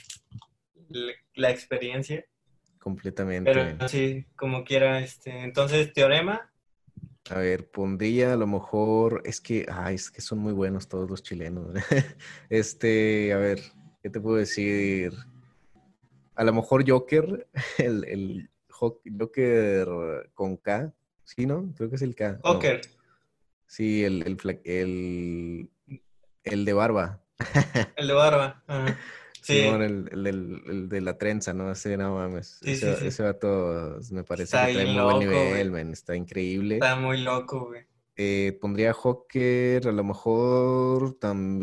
la experiencia. completamente, Pero men. sí, como quiera, este. Entonces, Teorema. A ver, pondría a lo mejor, es que, ay, es que son muy buenos todos los chilenos. Este, a ver, ¿qué te puedo decir? A lo mejor Joker, el, el Jo- Joker con K, ¿sí, no? Creo que es el K, no. Joker, Sí, el, el, fla- el, el de barba. el de barba. Ajá. Simón, Sí, el, el, del- el de la trenza, ¿no? Ese, no mames. sí, sí, Ese, sí. ese vato me parece Está que trae bien muy buen loco, nivel, güey. man. Está increíble. Está muy loco, güey. Eh, pondría a Joker, a lo mejor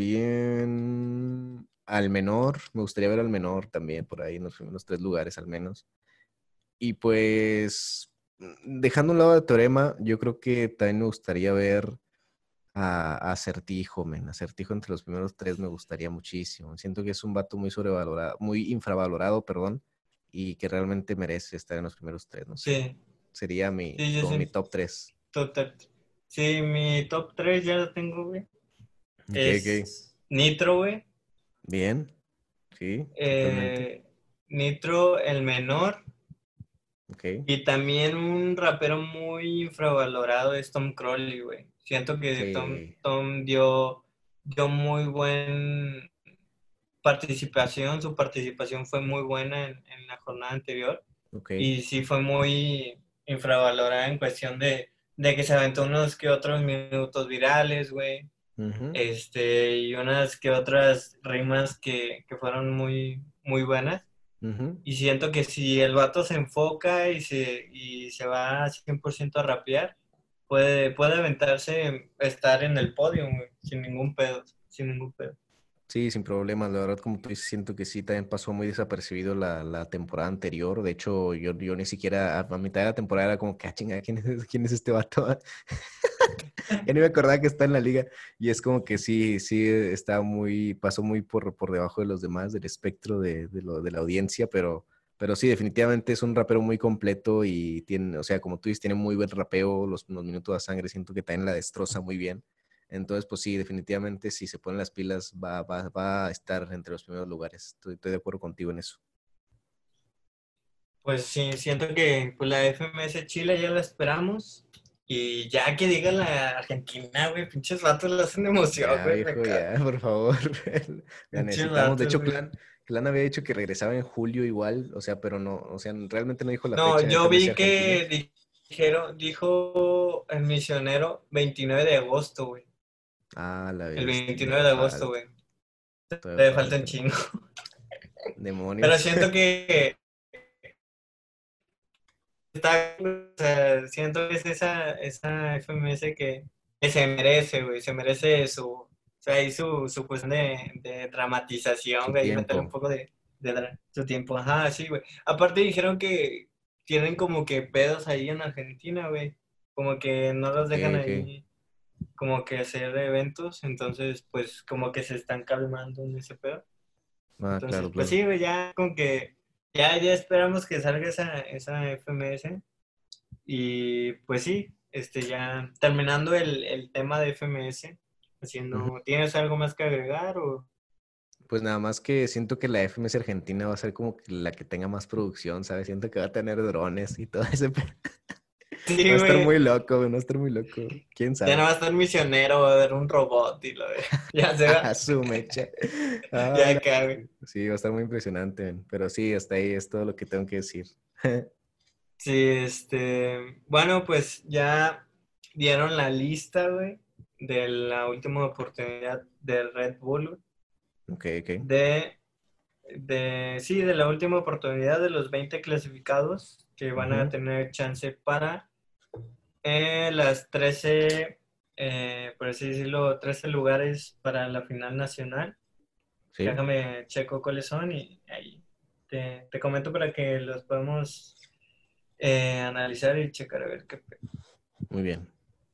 también al menor. Me gustaría ver al menor también, por ahí, en los primeros tres lugares al menos. Y pues, dejando a un lado de Teorema, yo creo que también me gustaría ver a, a Acertijo, men. Acertijo entre los primeros tres me gustaría muchísimo. Siento que es un vato muy sobrevalorado, muy infravalorado, perdón, y que realmente merece estar en los primeros tres, no sé. Sí, Sería mi, sí, yo como mi sí. top tres. Total. Sí, mi top tres ya lo tengo, güey. Ok, ok. Es Nitro, güey. Bien, sí, totalmente. Eh, Nitro, el menor. Ok, Y también un rapero muy infravalorado es Tom Crowley, güey. Siento que Tom, sí, Tom dio, dio muy buen, participación, su participación fue muy buena en, en la jornada anterior. Ok. Y sí fue muy infravalorada en cuestión de, de que se aventó unos que otros minutos virales, güey. Ujú, Este, y unas que otras rimas que, que fueron muy, muy buenas. ujú. Y siento que si el vato se enfoca y se, y se va cien por ciento a rapear, puede, puede aventarse, estar en el podio, güey, sin ningún pedo, sin ningún pedo. Sí, sin problemas. La verdad, como tú dices, siento que sí, también pasó muy desapercibido la, la temporada anterior. De hecho, yo, yo ni siquiera a, a mitad de la temporada era como que, ah, chinga, ¿quién es, quién es este vato? Ya ni me acordaba que está en la liga. Y es como que sí, sí, está muy, pasó muy por, por debajo de los demás, del espectro de, de, lo, de la audiencia, pero, pero sí, definitivamente es un rapero muy completo y tiene, o sea, como tú dices, tiene muy buen rapeo, los, los minutos de sangre, siento que también la destroza muy bien. Entonces, pues sí, definitivamente si se ponen las pilas va, va, va a estar entre los primeros lugares. Estoy, estoy de acuerdo contigo en eso. Pues sí, siento que pues, la F M S Chile ya la esperamos. Y ya que diga la Argentina, güey, pinches vatos la hacen de emoción, Ya, güey, me viejo, cago. ya, por favor. La Pinches necesitamos. De vatos, hecho, güey. Clan, Clan había dicho que regresaba en julio igual, o sea, pero no, o sea, realmente no dijo la No, fecha de yo F M S vi Argentina. que dijeron, dijo el misionero veintinueve de agosto, güey. Ah, la El bestia, veintinueve todavía de agosto, falta, güey. todavía Te falta un falta. chingo. Pero Demonios. siento que está, o sea, siento que es esa, esa F M S que, que se merece, güey, se merece su, o sea, ahí su, su cuestión de, de dramatización, Su güey, y meterle un tiempo. poco de, de dra- su tiempo, ajá, sí, güey. Aparte dijeron que tienen como que pedos ahí en Argentina, güey, como que no los Ok, dejan ok. ahí como que hacer eventos, entonces, pues, como que se están calmando en ese pedo. Ah, Entonces, claro, pues claro. sí, güey, ya con que, ya, ya esperamos que salga esa, esa F M S. Y pues sí, este, ya terminando el, el tema de F M S, Ujú. haciendo, ¿tienes algo más que agregar o? Pues nada más que siento que la F M S Argentina va a ser como que la que tenga más producción, ¿sabes? Siento que va a tener drones y todo ese. pe- Va Sí, a estar muy güey, loco, güey, va a estar muy loco. ¿Quién ya no sabe? va a estar misionero, va a haber un robot y lo de, ya se va, A su mecha. ya Ay, la acá, güey. bestia. Sí, va a estar muy impresionante, men. Pero sí, hasta ahí es todo lo que tengo que decir. Sí, este, bueno, pues ya dieron la lista, güey, de la última oportunidad del Red Bull, Ok, ok. de, de, sí, de la última oportunidad de los veinte clasificados que van a Ujú. tener chance para eh, las trece, eh, por así decirlo, trece lugares para la final nacional. Sí, Déjame checo cuáles son y ahí te, te comento para que los podamos eh, analizar y checar a ver qué. pe- muy bien.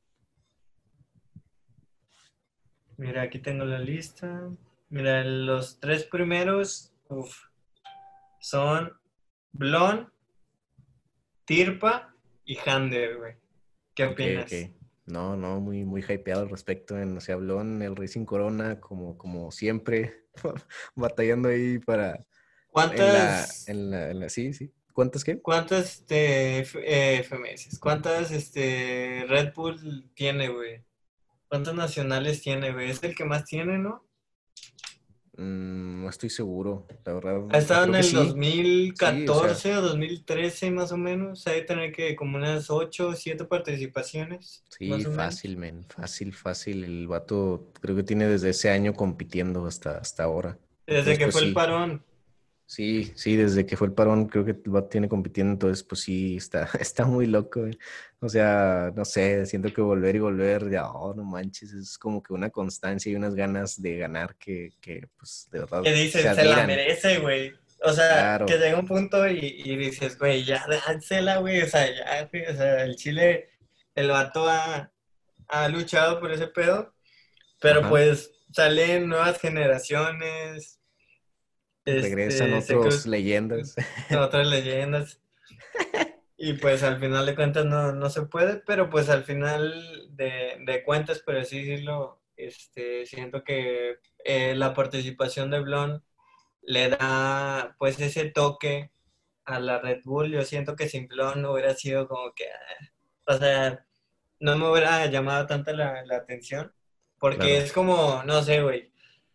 Mira, aquí tengo la lista. Mira, los tres primeros uf, son Blon, Tirpa y Hander, güey. ¿Qué Ok, opinas? ok. No, no, muy, muy hypeado al respecto. En, se habló en el Racing Corona, como, como siempre, batallando ahí para, en la, ¿Cuántas, en la, en la, sí, sí. ¿Cuántas qué? cuántas este, F- eh, F M S? ¿Cuántas este, Red Bull tiene, güey? ¿Cuántos nacionales tiene, güey? Es el que más tiene, ¿no? Mm, no estoy seguro, la verdad. Ha O sea, estado en creo que el sí. Sí, o sea, dos mil catorce o dos mil trece más o menos. Hay que tener que como unas ocho o siete participaciones, sí, más o menos. fácil, men. Fácil, fácil. El vato creo que tiene desde ese año compitiendo hasta, hasta ahora. Desde Entonces, que pues fue el sí. parón. Sí, sí, desde que fue el parón, creo que el vato tiene compitiendo, entonces pues sí, está, está muy loco, güey. O sea, no sé, siento que volver y volver, ya, oh, no manches, es como que una constancia y unas ganas de ganar que, que pues de verdad Que se dices, se la admiran. merece, güey. O sea, que Claro, llega un punto y, y dices, güey, ya dánsela, güey. O sea, ya, güey. O sea, el Chile, el vato ha, ha luchado por ese pedo. Pero ajá. pues salen nuevas generaciones, Regresan este, se otros cruz leyendas. otras leyendas. Y pues al final de cuentas no, no se puede, pero pues al final de, de cuentas, por así decirlo, este, siento que eh, la participación de Blon le da pues ese toque a la Red Bull. Yo siento que sin Blon no hubiera sido como que, ah, o sea, no me hubiera llamado tanta la, la atención, porque Claro. es como, no sé, güey.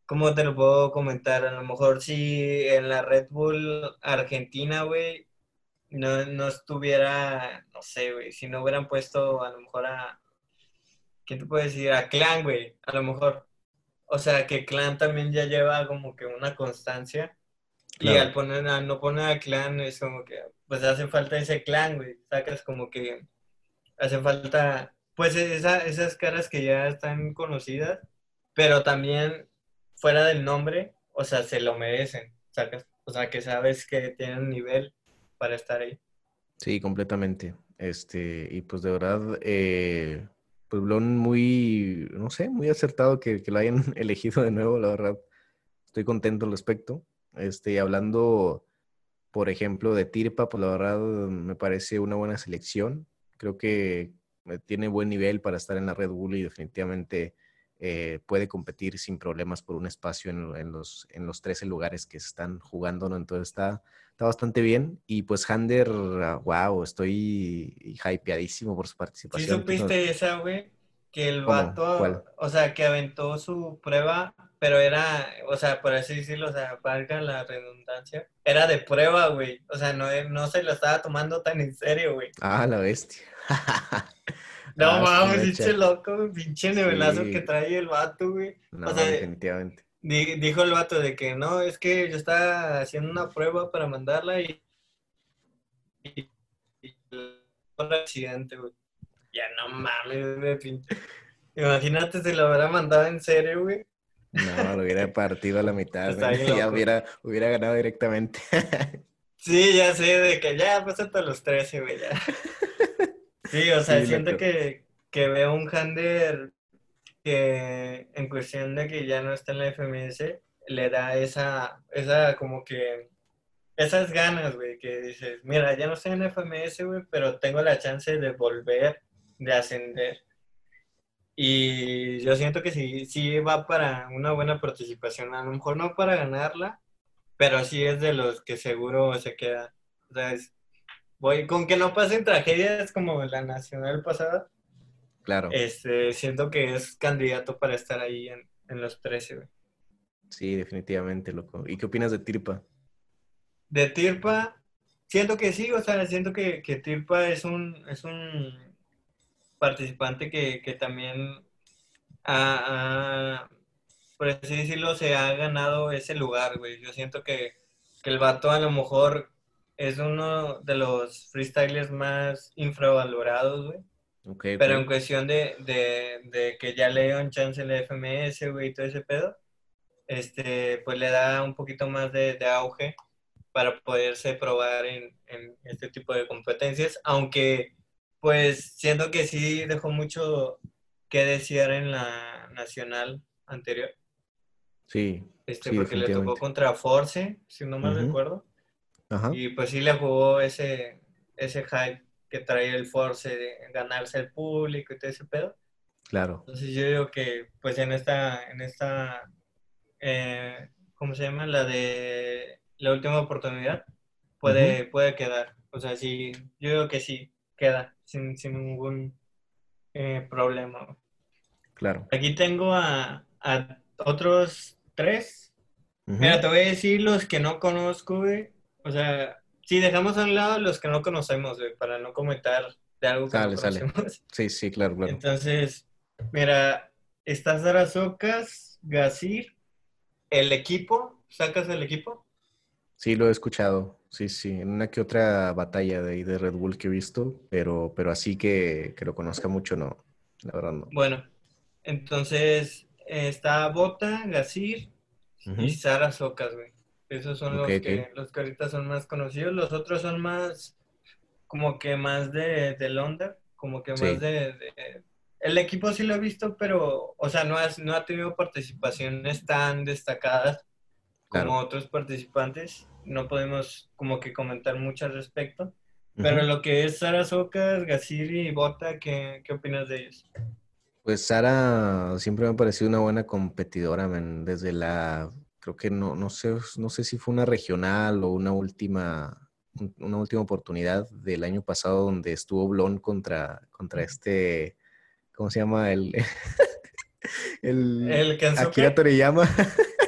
¿cómo te lo puedo comentar? A lo mejor si en la Red Bull Argentina, güey, no, no estuviera, no sé, güey, si no hubieran puesto a lo mejor a, ¿quién te puede decir? A Clan, güey, a lo mejor. O sea, que Clan también ya lleva como que una constancia. Y al Claro. poner, al no poner a Clan es como que, pues hace falta ese Clan, güey. Sacas como que hace falta, pues esa, esas caras que ya están conocidas, pero también fuera del nombre, o sea, se lo merecen, sacas. O sea, que sabes que tienen nivel para estar ahí. Sí, completamente. Este, y pues de verdad, eh, pues Blon muy, no sé, muy acertado que, que lo hayan elegido de nuevo, la verdad. Estoy contento al respecto. Este, y hablando, por ejemplo, de Tirpa, pues la verdad me parece una buena selección. Creo que eh, tiene buen nivel para estar en la Red Bull y definitivamente eh, puede competir sin problemas por un espacio en, en los, en los trece lugares que se están jugando, ¿no? Entonces está, está bastante bien. Y pues Hander, wow, estoy hypeadísimo por su ¿Sí participación. ¿Tú no- supiste esa, güey? Que el ¿Cómo? vato, ¿Cuál? o sea, que aventó su prueba, pero era, o sea, por así decirlo, o sea, valga la redundancia, era de prueba, güey. O sea, no, no se lo estaba tomando tan en serio, güey. Ah, la bestia. No Ah, su mames, pinche mecha. loco, güey, pinche nivelazo que Sí, trae el vato, güey. O sea, no, definitivamente. di- dijo el vato de que no, es que yo estaba haciendo una prueba para mandarla y, y, y por accidente, güey. Ya no mames, güey, pinche. Imagínate si lo hubiera mandado en serio, güey. No, lo hubiera partido a la mitad, Está men. bien Ya loco. hubiera, hubiera ganado directamente. Sí, ya sé, de que ya, pásate a los trece, güey, ya. Sí, o sea, Sí, siento loco. que, que veo un Hander que en cuestión de que ya no está en la F M S, le da esa, esa como que, esas ganas, güey, que dices, mira, ya no estoy en F M S, güey, pero tengo la chance de volver, de ascender. Y yo siento que sí, sí va para una buena participación, a lo mejor no para ganarla, pero sí es de los que seguro se queda. O sea, es- voy, con que no pasen tragedias como la nacional pasada, Claro. este, siento que es candidato para estar ahí en, en los trece, güey. Sí, definitivamente, loco. ¿Y qué opinas de Tirpa? De Tirpa, siento que sí, o sea, siento que, que Tirpa es un, es un participante que, que también ha, ha, por así decirlo, se ha ganado ese lugar, güey. Yo siento que, que el vato a lo mejor es uno de los freestylers más infravalorados, güey. Ok, ok. Pero en cuestión de, de, de que ya le dieron chance en la F M S, güey, y todo ese pedo, este, pues le da un poquito más de, de auge para poderse probar en, en este tipo de competencias, aunque pues siento que sí dejó mucho que desear en la nacional anterior, Sí, este, sí, porque le tocó definitivamente. contra Force, si no mal Ujú. recuerdo, Ajá, y pues sí le jugó ese, ese hype que traía el Force de ganarse el público y todo ese pedo. claro. Entonces yo digo que pues en esta, en esta, eh, ¿cómo se llama? La de la última oportunidad, Ujú. puede, puede quedar. O sea, sí, yo digo que sí, queda sin, sin ningún eh, problema. Claro. Aquí tengo a, a otros tres. Mira, Ujú. te voy a decir los que no conozco, güey. O sea, si dejamos a un lado los que no conocemos, güey, para no comentar de algo que no Sale, sale. conocemos. Sí, sí, claro, claro. Entonces, mira, está Sara Socas, Gazir, el equipo, ¿sacas el equipo? Sí, lo he escuchado. Sí, sí, en una que otra batalla de ahí de Red Bull que he visto, pero, pero así que, que lo conozca mucho, no. La verdad, no. Bueno, entonces eh, está Bota, Gazir y Ujú. Sara Socas, güey. Esos son Ok, los ok. que, los que ahorita son más conocidos. Los otros son más, como que más de, de Londres, como que más Sí, de, de- El equipo sí lo he visto, pero, o sea, no, has- no ha tenido participaciones tan destacadas como claro. otros participantes. No podemos como que comentar mucho al respecto. Pero Ujú. lo que es Sara Socas, Gazir y Bota, ¿qué, qué opinas de ellos? Pues Sara siempre me ha parecido una buena competidora, men, desde la, creo que no, no sé, no sé si fue una regional o una última, un- una última oportunidad del año pasado donde estuvo Blon contra, contra este, ¿cómo se llama? El, el ¿El Akira Kensuke? Toriyama.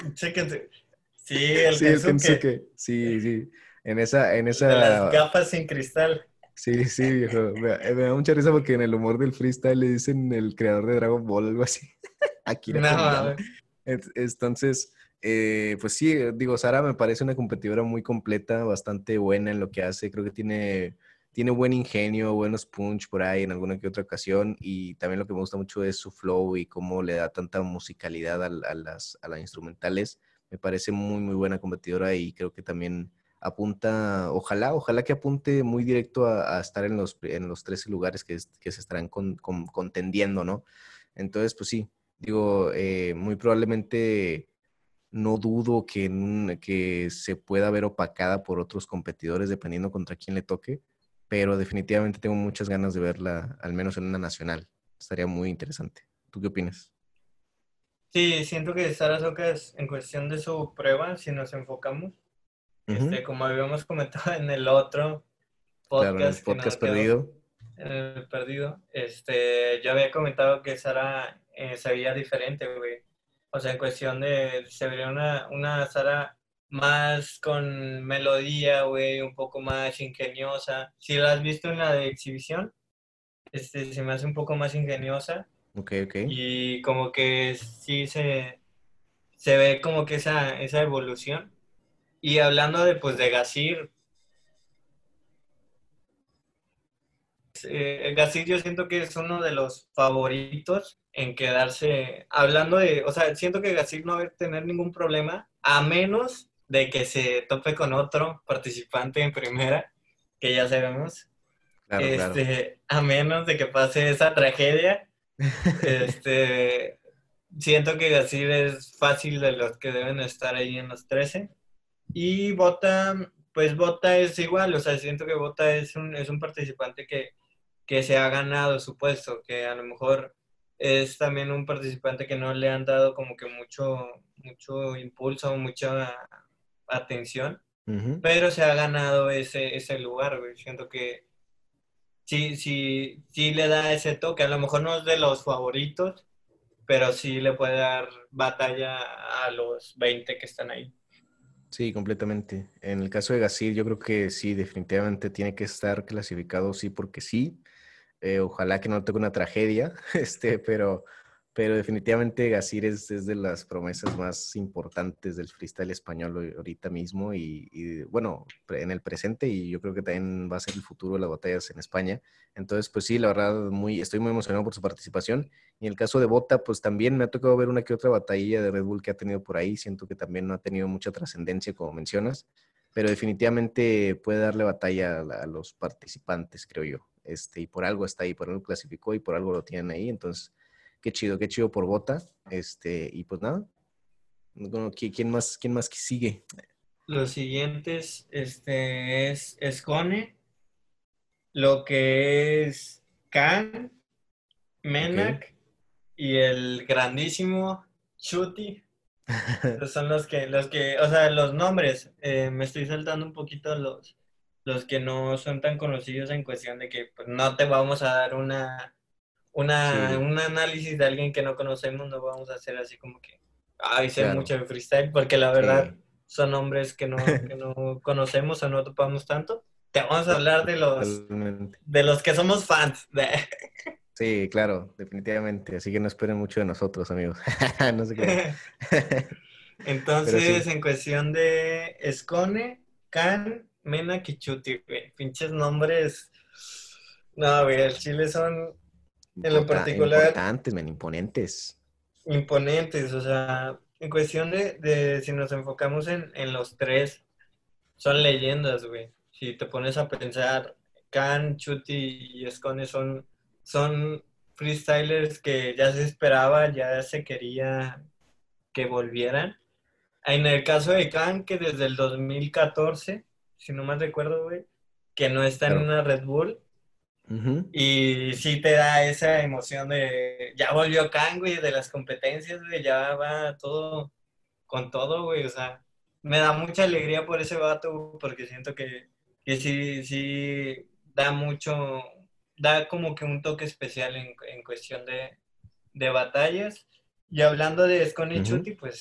Sí, que- sí, el Sí, el Kensuke, Kensuke. Sí, sí. En esa, en el de las esa, gafas sin cristal. sí, sí, viejo. Me, eh, me da mucha risa porque en el humor del freestyle le dicen el creador de Dragon Ball, algo así. Akira No, Toriyama. mames. Ent- Entonces, eh, pues sí, eh, digo, Sara me parece una competidora muy completa, bastante buena en lo que hace. Creo que tiene, tiene buen ingenio, buenos punch por ahí en alguna que otra ocasión. Y también lo que me gusta mucho es su flow y cómo le da tanta musicalidad al- a, las, a las instrumentales. Me parece muy, muy buena competidora y creo que también apunta, ojalá, ojalá que apunte muy directo a, a estar en los, en los trece lugares que, es- que se estarán con- con- contendiendo, ¿no? Entonces, pues sí, digo, eh, muy probablemente no dudo que, en un- que se pueda ver opacada por otros competidores dependiendo contra quién le toque, pero definitivamente tengo muchas ganas de verla, al menos en una nacional. Estaría muy interesante. ¿Tú qué opinas? Sí, siento que Sara Socas, en cuestión de su prueba, si nos enfocamos, Ujú. este, como habíamos comentado en el otro Claro, en el podcast que podcast no quedó perdido. en el perdido, este, yo había comentado que Sara eh, se veía diferente, güey. O sea, en cuestión de, se vería una, una Sara más con melodía, güey, un poco más ingeniosa. Si la has visto en la de exhibición, este, se me hace un poco más ingeniosa Ok, ok. y como que sí se, se ve como que esa, esa evolución. Y hablando de, pues, de Gasir, eh, Gasir yo siento que es uno de los favoritos en quedarse, hablando de, o sea, siento que Gasir no va a tener ningún problema, a menos de que se tope con otro participante en primera, que ya sabemos, Claro, claro. este, a menos de que pase esa tragedia, este, siento que Gasir es fácil de los que deben estar ahí en los trece. Y Bota, pues Bota es igual, o sea, siento que Bota es un, es un participante que, que se ha ganado su puesto, que a lo mejor es también un participante que no le han dado como que mucho, mucho impulso, mucha atención, Ujú. pero se ha ganado ese, ese lugar, güey. Siento que sí, sí, sí le da ese toque, a lo mejor no es de los favoritos, pero sí le puede dar batalla a los veinte que están ahí. Sí, completamente. En el caso de Gasir, yo creo que sí, definitivamente tiene que estar clasificado sí porque sí. Eh, ojalá que no toque una tragedia, este, pero, pero definitivamente Gasir es, es de las promesas más importantes del freestyle español hoy- ahorita mismo y, y, bueno, pre- en el presente y yo creo que también va a ser el futuro de las batallas en España. Entonces, pues sí, la verdad, muy, estoy muy emocionado por su participación. Y en el caso de Bota, pues también me ha tocado ver una que otra batalla de Red Bull que ha tenido por ahí. Siento que también no ha tenido mucha trascendencia, como mencionas, pero definitivamente puede darle batalla a, la- a los participantes, creo yo. Este, y por algo está ahí, por algo clasificó y por algo lo tienen ahí. Entonces, qué chido, qué chido por Bota. Este, y pues nada, bueno, ¿qui- ¿quién más, quién más que sigue? Los siguientes, este, es Escone, lo que es Khan, Ok. Menak y el grandísimo Chuti. Esos son los que, los que, o sea, los nombres, eh, me estoy saltando un poquito los, los que no son tan conocidos en cuestión de que pues, no te vamos a dar una, una, Sí, un análisis de alguien que no conocemos, no vamos a hacer así como que, ay, sé claro. mucho de freestyle, porque la verdad Sí. son nombres que no, que no conocemos o no topamos tanto. Te vamos a hablar de los, Totalmente. de los que somos fans. De... Sí, claro, definitivamente. Así que no esperen mucho de nosotros, amigos. No se crean. Pero Entonces, sí, en cuestión de Escone, Can, Mena, Kichuti, güey. Pinches nombres. No, güey, el Chile son, en lo importa- particular, importantes, men, imponentes. imponentes. O sea, en cuestión de, de si nos enfocamos en, en los tres, son leyendas, güey. Si te pones a pensar, Can, Chuti y Escone son, son freestylers que ya se esperaba, ya se quería que volvieran. En el caso de Khan, que desde el dos mil catorce, si no mal recuerdo, güey, que no está en Claro. una Red Bull. Ujú. Y sí te da esa emoción de, ya volvió Khan, güey, de las competencias, güey, ya va todo con todo, güey. O sea, me da mucha alegría por ese vato, güey, porque siento que, que sí, sí da mucho, da como que un toque especial en, en cuestión de, de batallas. Y hablando de Scone y Ujú. Chuti, pues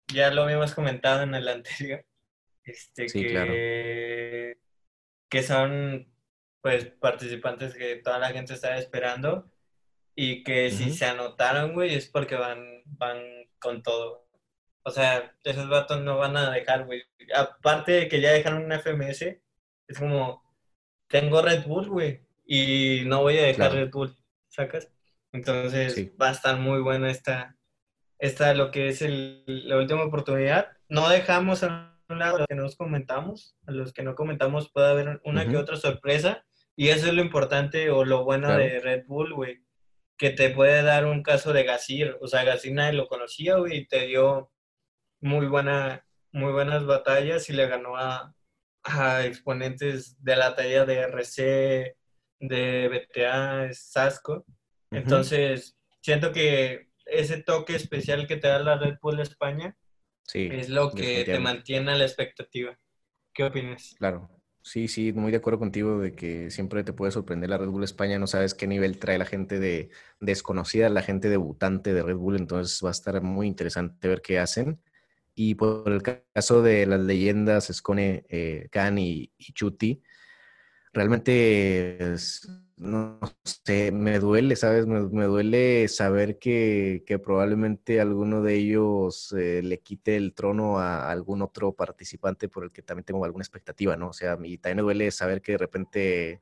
ya lo habíamos comentado en el anterior, este, Sí, claro. que, que son pues participantes que toda la gente estaba esperando y que si Ujú. se anotaron, güey, es porque van, van con todo. O sea, esos vatos no van a dejar, güey. Aparte de que ya dejaron una F M S, es como, tengo Red Bull, güey, y no voy a dejar Claro, Red Bull, ¿sacas? Entonces sí. va a estar muy buena esta, esta lo que es el, la última oportunidad. No dejamos a un lado a los que nos comentamos, a los que no comentamos puede haber una que Ujú. otra sorpresa, y eso es lo importante o lo bueno Claro. de Red Bull, güey, que te puede dar un caso de Gasir, o sea, Gasir nadie lo conocía, güey, y te dio muy buena, muy buenas batallas y le ganó a, a exponentes de la talla de R C, de B T A, Sasco. Ujú. Entonces, siento que ese toque especial que te da la Red Bull España Sí, es lo que te definitivamente. mantiene a la expectativa. ¿Qué opinas? Claro. Sí, sí, muy de acuerdo contigo de que siempre te puede sorprender la Red Bull España, no sabes qué nivel trae la gente de desconocida, la gente debutante de Red Bull, entonces va a estar muy interesante ver qué hacen. Y por el caso de las leyendas Skone, eh, Khan y, y Chuti, realmente es- no sé, me duele, ¿sabes? Me, me duele saber que, que probablemente alguno de ellos eh, le quite el trono a algún otro participante por el que también tengo alguna expectativa, ¿no? O sea, y también me duele saber que de repente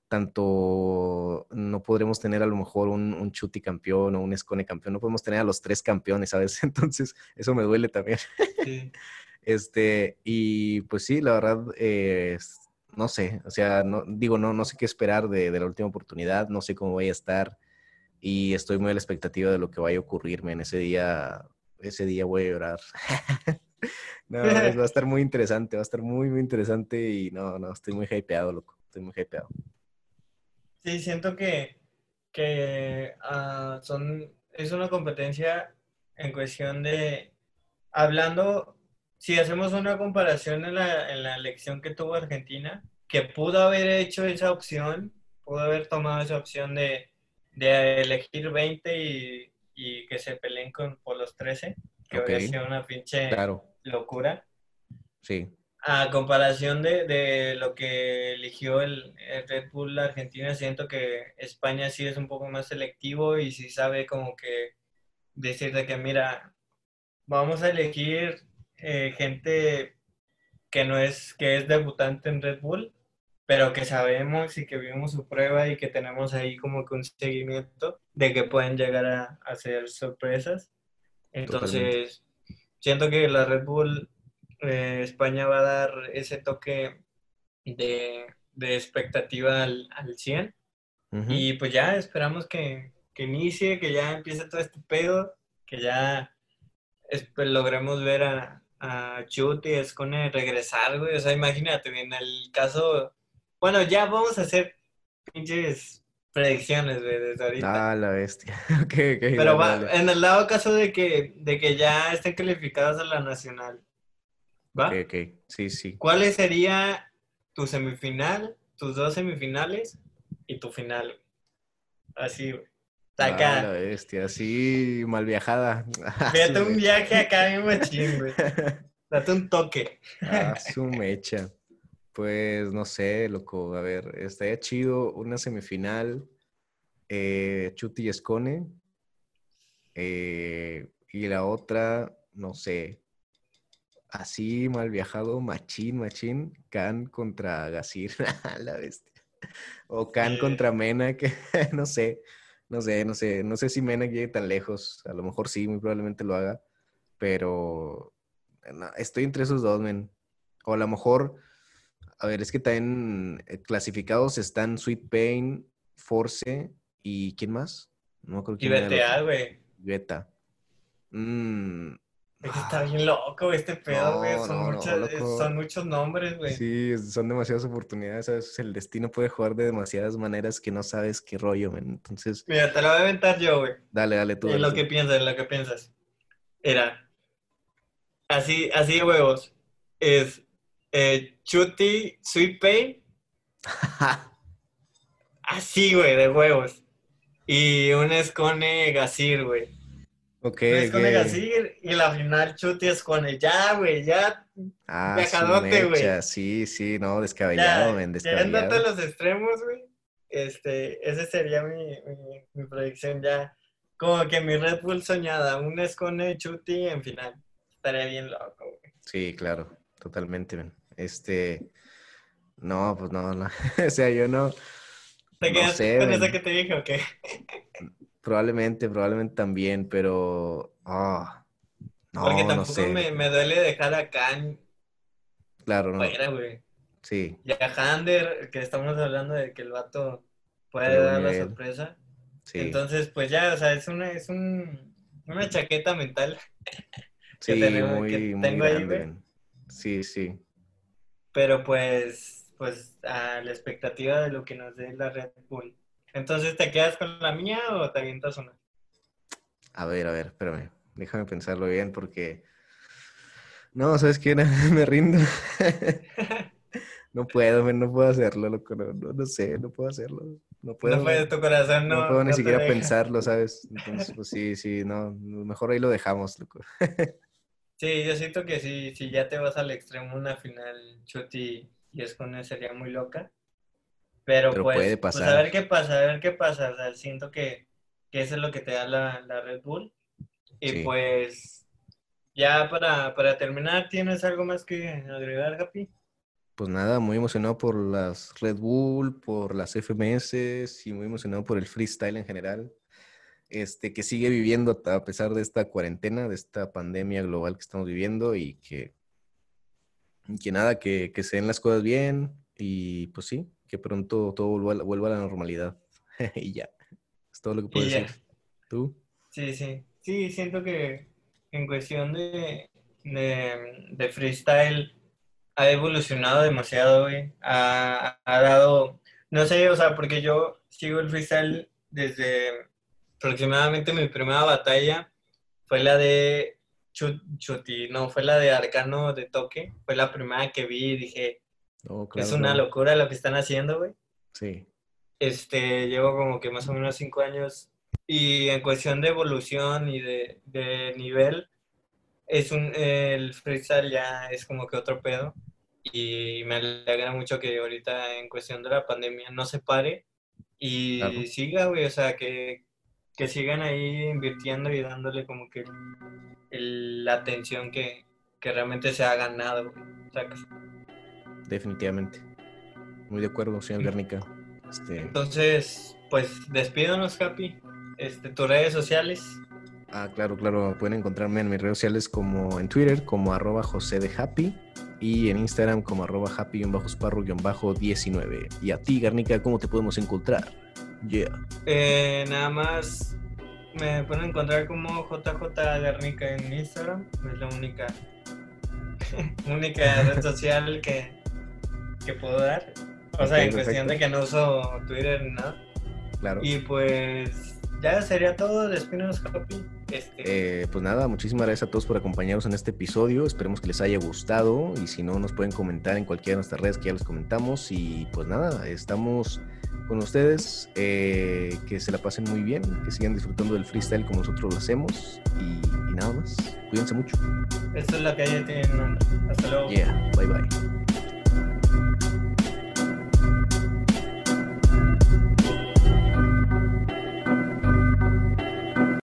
tanto no podremos tener a lo mejor un, un Chuti campeón o un Skone campeón, no podemos tener a los tres campeones, ¿sabes? Entonces, eso me duele también. Sí. Este, y pues sí, la verdad, eh, no sé, o sea, no, digo, no, no sé qué esperar de, de la última oportunidad, no sé cómo vaya a estar y estoy muy a la expectativa de lo que vaya a ocurrirme en ese día, ese día voy a llorar. No, es- va a estar muy interesante, va a estar muy, muy interesante y no, no, estoy muy hypeado, loco, estoy muy hypeado. Sí, siento que, que ah, son, es una competencia en cuestión de, hablando, si hacemos una comparación en la, en la elección que tuvo Argentina, que pudo haber hecho esa opción, pudo haber tomado esa opción de, de elegir veinte y, y que se peleen con, por los trece, que Ok, hubiera sido una pinche claro, locura. sí, A comparación de, de lo que eligió el, el Red Bull Argentina, siento que España sí es un poco más selectivo y sí sabe como que decir de que, mira, vamos a elegir eh, gente que no es, que es debutante en Red Bull, pero que sabemos y que vimos su prueba y que tenemos ahí como que un seguimiento de que pueden llegar a, a hacer sorpresas. totalmente. Entonces, siento que la Red Bull eh, España va a dar ese toque de, de expectativa al, al cien. Ujú. Y pues ya esperamos que, que inicie, que ya empiece todo este pedo, que ya es- pues, logremos ver a, a Chute y a Escone regresar, güey. O sea, imagínate, en el caso. Bueno, ya vamos a hacer pinches predicciones, güey, desde ahorita. Ah, la bestia. Ok, ok, Pero dale, va, dale. en el dado caso de que, de que ya estén calificados a la nacional, Ok, ¿va? ok, sí, sí. ¿Cuál sería tu semifinal, tus dos semifinales y tu final, güey? Así, güey. Ah, la Acá. bestia, sí, mal viajada. Ah, su Fíjate un mecha. viaje acá bien machín, güey. Date un toque. Ah, su mecha. Pues no sé, loco. A ver, estaría chido una semifinal, eh, Chuti y Escone. eh, y la otra, no sé, así mal viajado, machín, machín. Khan contra Gasir. La bestia. O Khan Sí. contra Mena, que no sé. No sé, no sé. No sé si Mena llegue tan lejos. A lo mejor sí, muy probablemente lo haga. Pero no, estoy entre esos dos, men. O a lo mejor, a ver, es que también eh, clasificados están Sweet Pain, Force y ¿quién más? No me acuerdo Y quién era el otro. B T A, güey. Beta. Mm, Es que está ah, bien loco este pedo, güey. no, Son no, no, muchas, son loco. muchos nombres, güey. Sí, son demasiadas oportunidades. A veces el destino puede jugar de demasiadas maneras que no sabes qué rollo, men. Entonces, Mira, te lo voy a aventar yo, güey. dale, dale tú, En dale lo tú. que piensas, en lo que piensas. Era, así, así de huevos. Es eh, Chuty, Sweet Pay, así, güey, de huevos. Y un Escone Gasir, güey. Ok, No es ok. con el así y la final Chuti es con el ya, güey, ya Ah, su viajadote, güey. mecha, sí, sí, no, descabellado, Ya, men, yéndote a descabellado. los extremos, güey. Este, ese sería mi, mi, mi predicción ya. Como que mi Red Bull soñada, un es con el Chuti en final. Estaría bien loco, güey. Sí, claro, totalmente, men. Este, no, pues no, no. O sea, yo no, ¿Te no quedaste sé, con eso que men. te dije o qué? Probablemente, probablemente también, pero, ah, Porque no, no tampoco sé. me, me duele dejar a Khan Claro, no, fuera, güey. sí, Y a Hander, que estamos hablando de que el vato puede trae buen dar la nivel, sorpresa. sí, Entonces, pues ya, o sea, es una, es un, una chaqueta mental que sí, tenemos, muy, que muy tengo ahí, grande, güey. men. Sí, sí. Pero pues, pues a la expectativa de lo que nos dé la Red Bull. Entonces, ¿te quedas con la mía o te avientas una? A ver, a ver, espérame, déjame pensarlo bien porque, no, ¿sabes qué? Me rindo. No puedo, men, no puedo hacerlo, loco, no, no, no sé, no puedo hacerlo, no No puedo, puede, men. tu corazón No no, puedo ni no te siquiera deja. pensarlo, ¿sabes? Entonces, pues sí, sí, no, mejor ahí lo dejamos, loco. Sí, yo siento que sí, si ya te vas al extremo, una final Chuti y Escone sería muy loca. Pero Pero puede pues, pues a pasar, ver qué pasa, a ver qué pasa. O sea, siento que, que eso es lo que te da la, la Red Bull. Y sí. pues, ya para, para terminar, ¿tienes algo más que agregar, Happy? Pues nada, muy emocionado por las Red Bull, por las F M S y muy emocionado por el freestyle en general. Este, que sigue viviendo a pesar de esta cuarentena, de esta pandemia global que estamos viviendo y que, y que nada, que, que se den las cosas bien y pues sí, que pronto todo vuelva, a la- vuelva a la normalidad. Y ya, es todo lo que puedo Y decir. ya, ¿Tú? sí, sí. Sí, siento que en cuestión de, de, de freestyle ha evolucionado demasiado, güey. Ha, ha dado, no sé, o sea, porque yo sigo el freestyle desde aproximadamente mi primera batalla. Fue la de Chu- Chuti, no, fue la de Arcano de Toque. Fue la primera que vi y dije, Oh, es claro, una claro. locura lo que están haciendo, güey. Sí, Este, llevo como que más o menos cinco años y en cuestión de evolución y de, de nivel, es un, el freestyle ya es como que otro pedo y me alegra mucho que ahorita en cuestión de la pandemia no se pare y claro. siga, güey, o sea, que, que sigan ahí invirtiendo y dándole como que el- la atención que, que realmente se ha ganado, güey. ¿Sacas? Definitivamente. Muy de acuerdo, señor Garnica. Este, Entonces, pues despídanos, Capi. Este, tus redes sociales. ah, claro, claro. Pueden encontrarme en mis redes sociales como en Twitter como arroba José de Happy y en Instagram como arroba happy-sparro-diecinueve. Y a ti, Garnica, ¿cómo te podemos encontrar? Yeah. Eh, nada más me pueden encontrar como J J Garnica en Instagram. Es la única, única red social que, que puedo dar. O Ok, sea, en cuestión de perfecto. que no uso Twitter ni nada. Claro. Y pues ya sería todo. Despídanos, Capi. Este, Eh, pues nada, muchísimas gracias a todos por acompañarnos en este episodio. Esperemos que les haya gustado y si no, nos pueden comentar en cualquiera de nuestras redes que ya les comentamos. Y pues nada, estamos con ustedes. Eh, que se la pasen muy bien, que sigan disfrutando del freestyle como nosotros lo hacemos. Y, y nada más, cuídense mucho. esto es la calle tiene nombre. Hasta luego. Yeah, bye bye.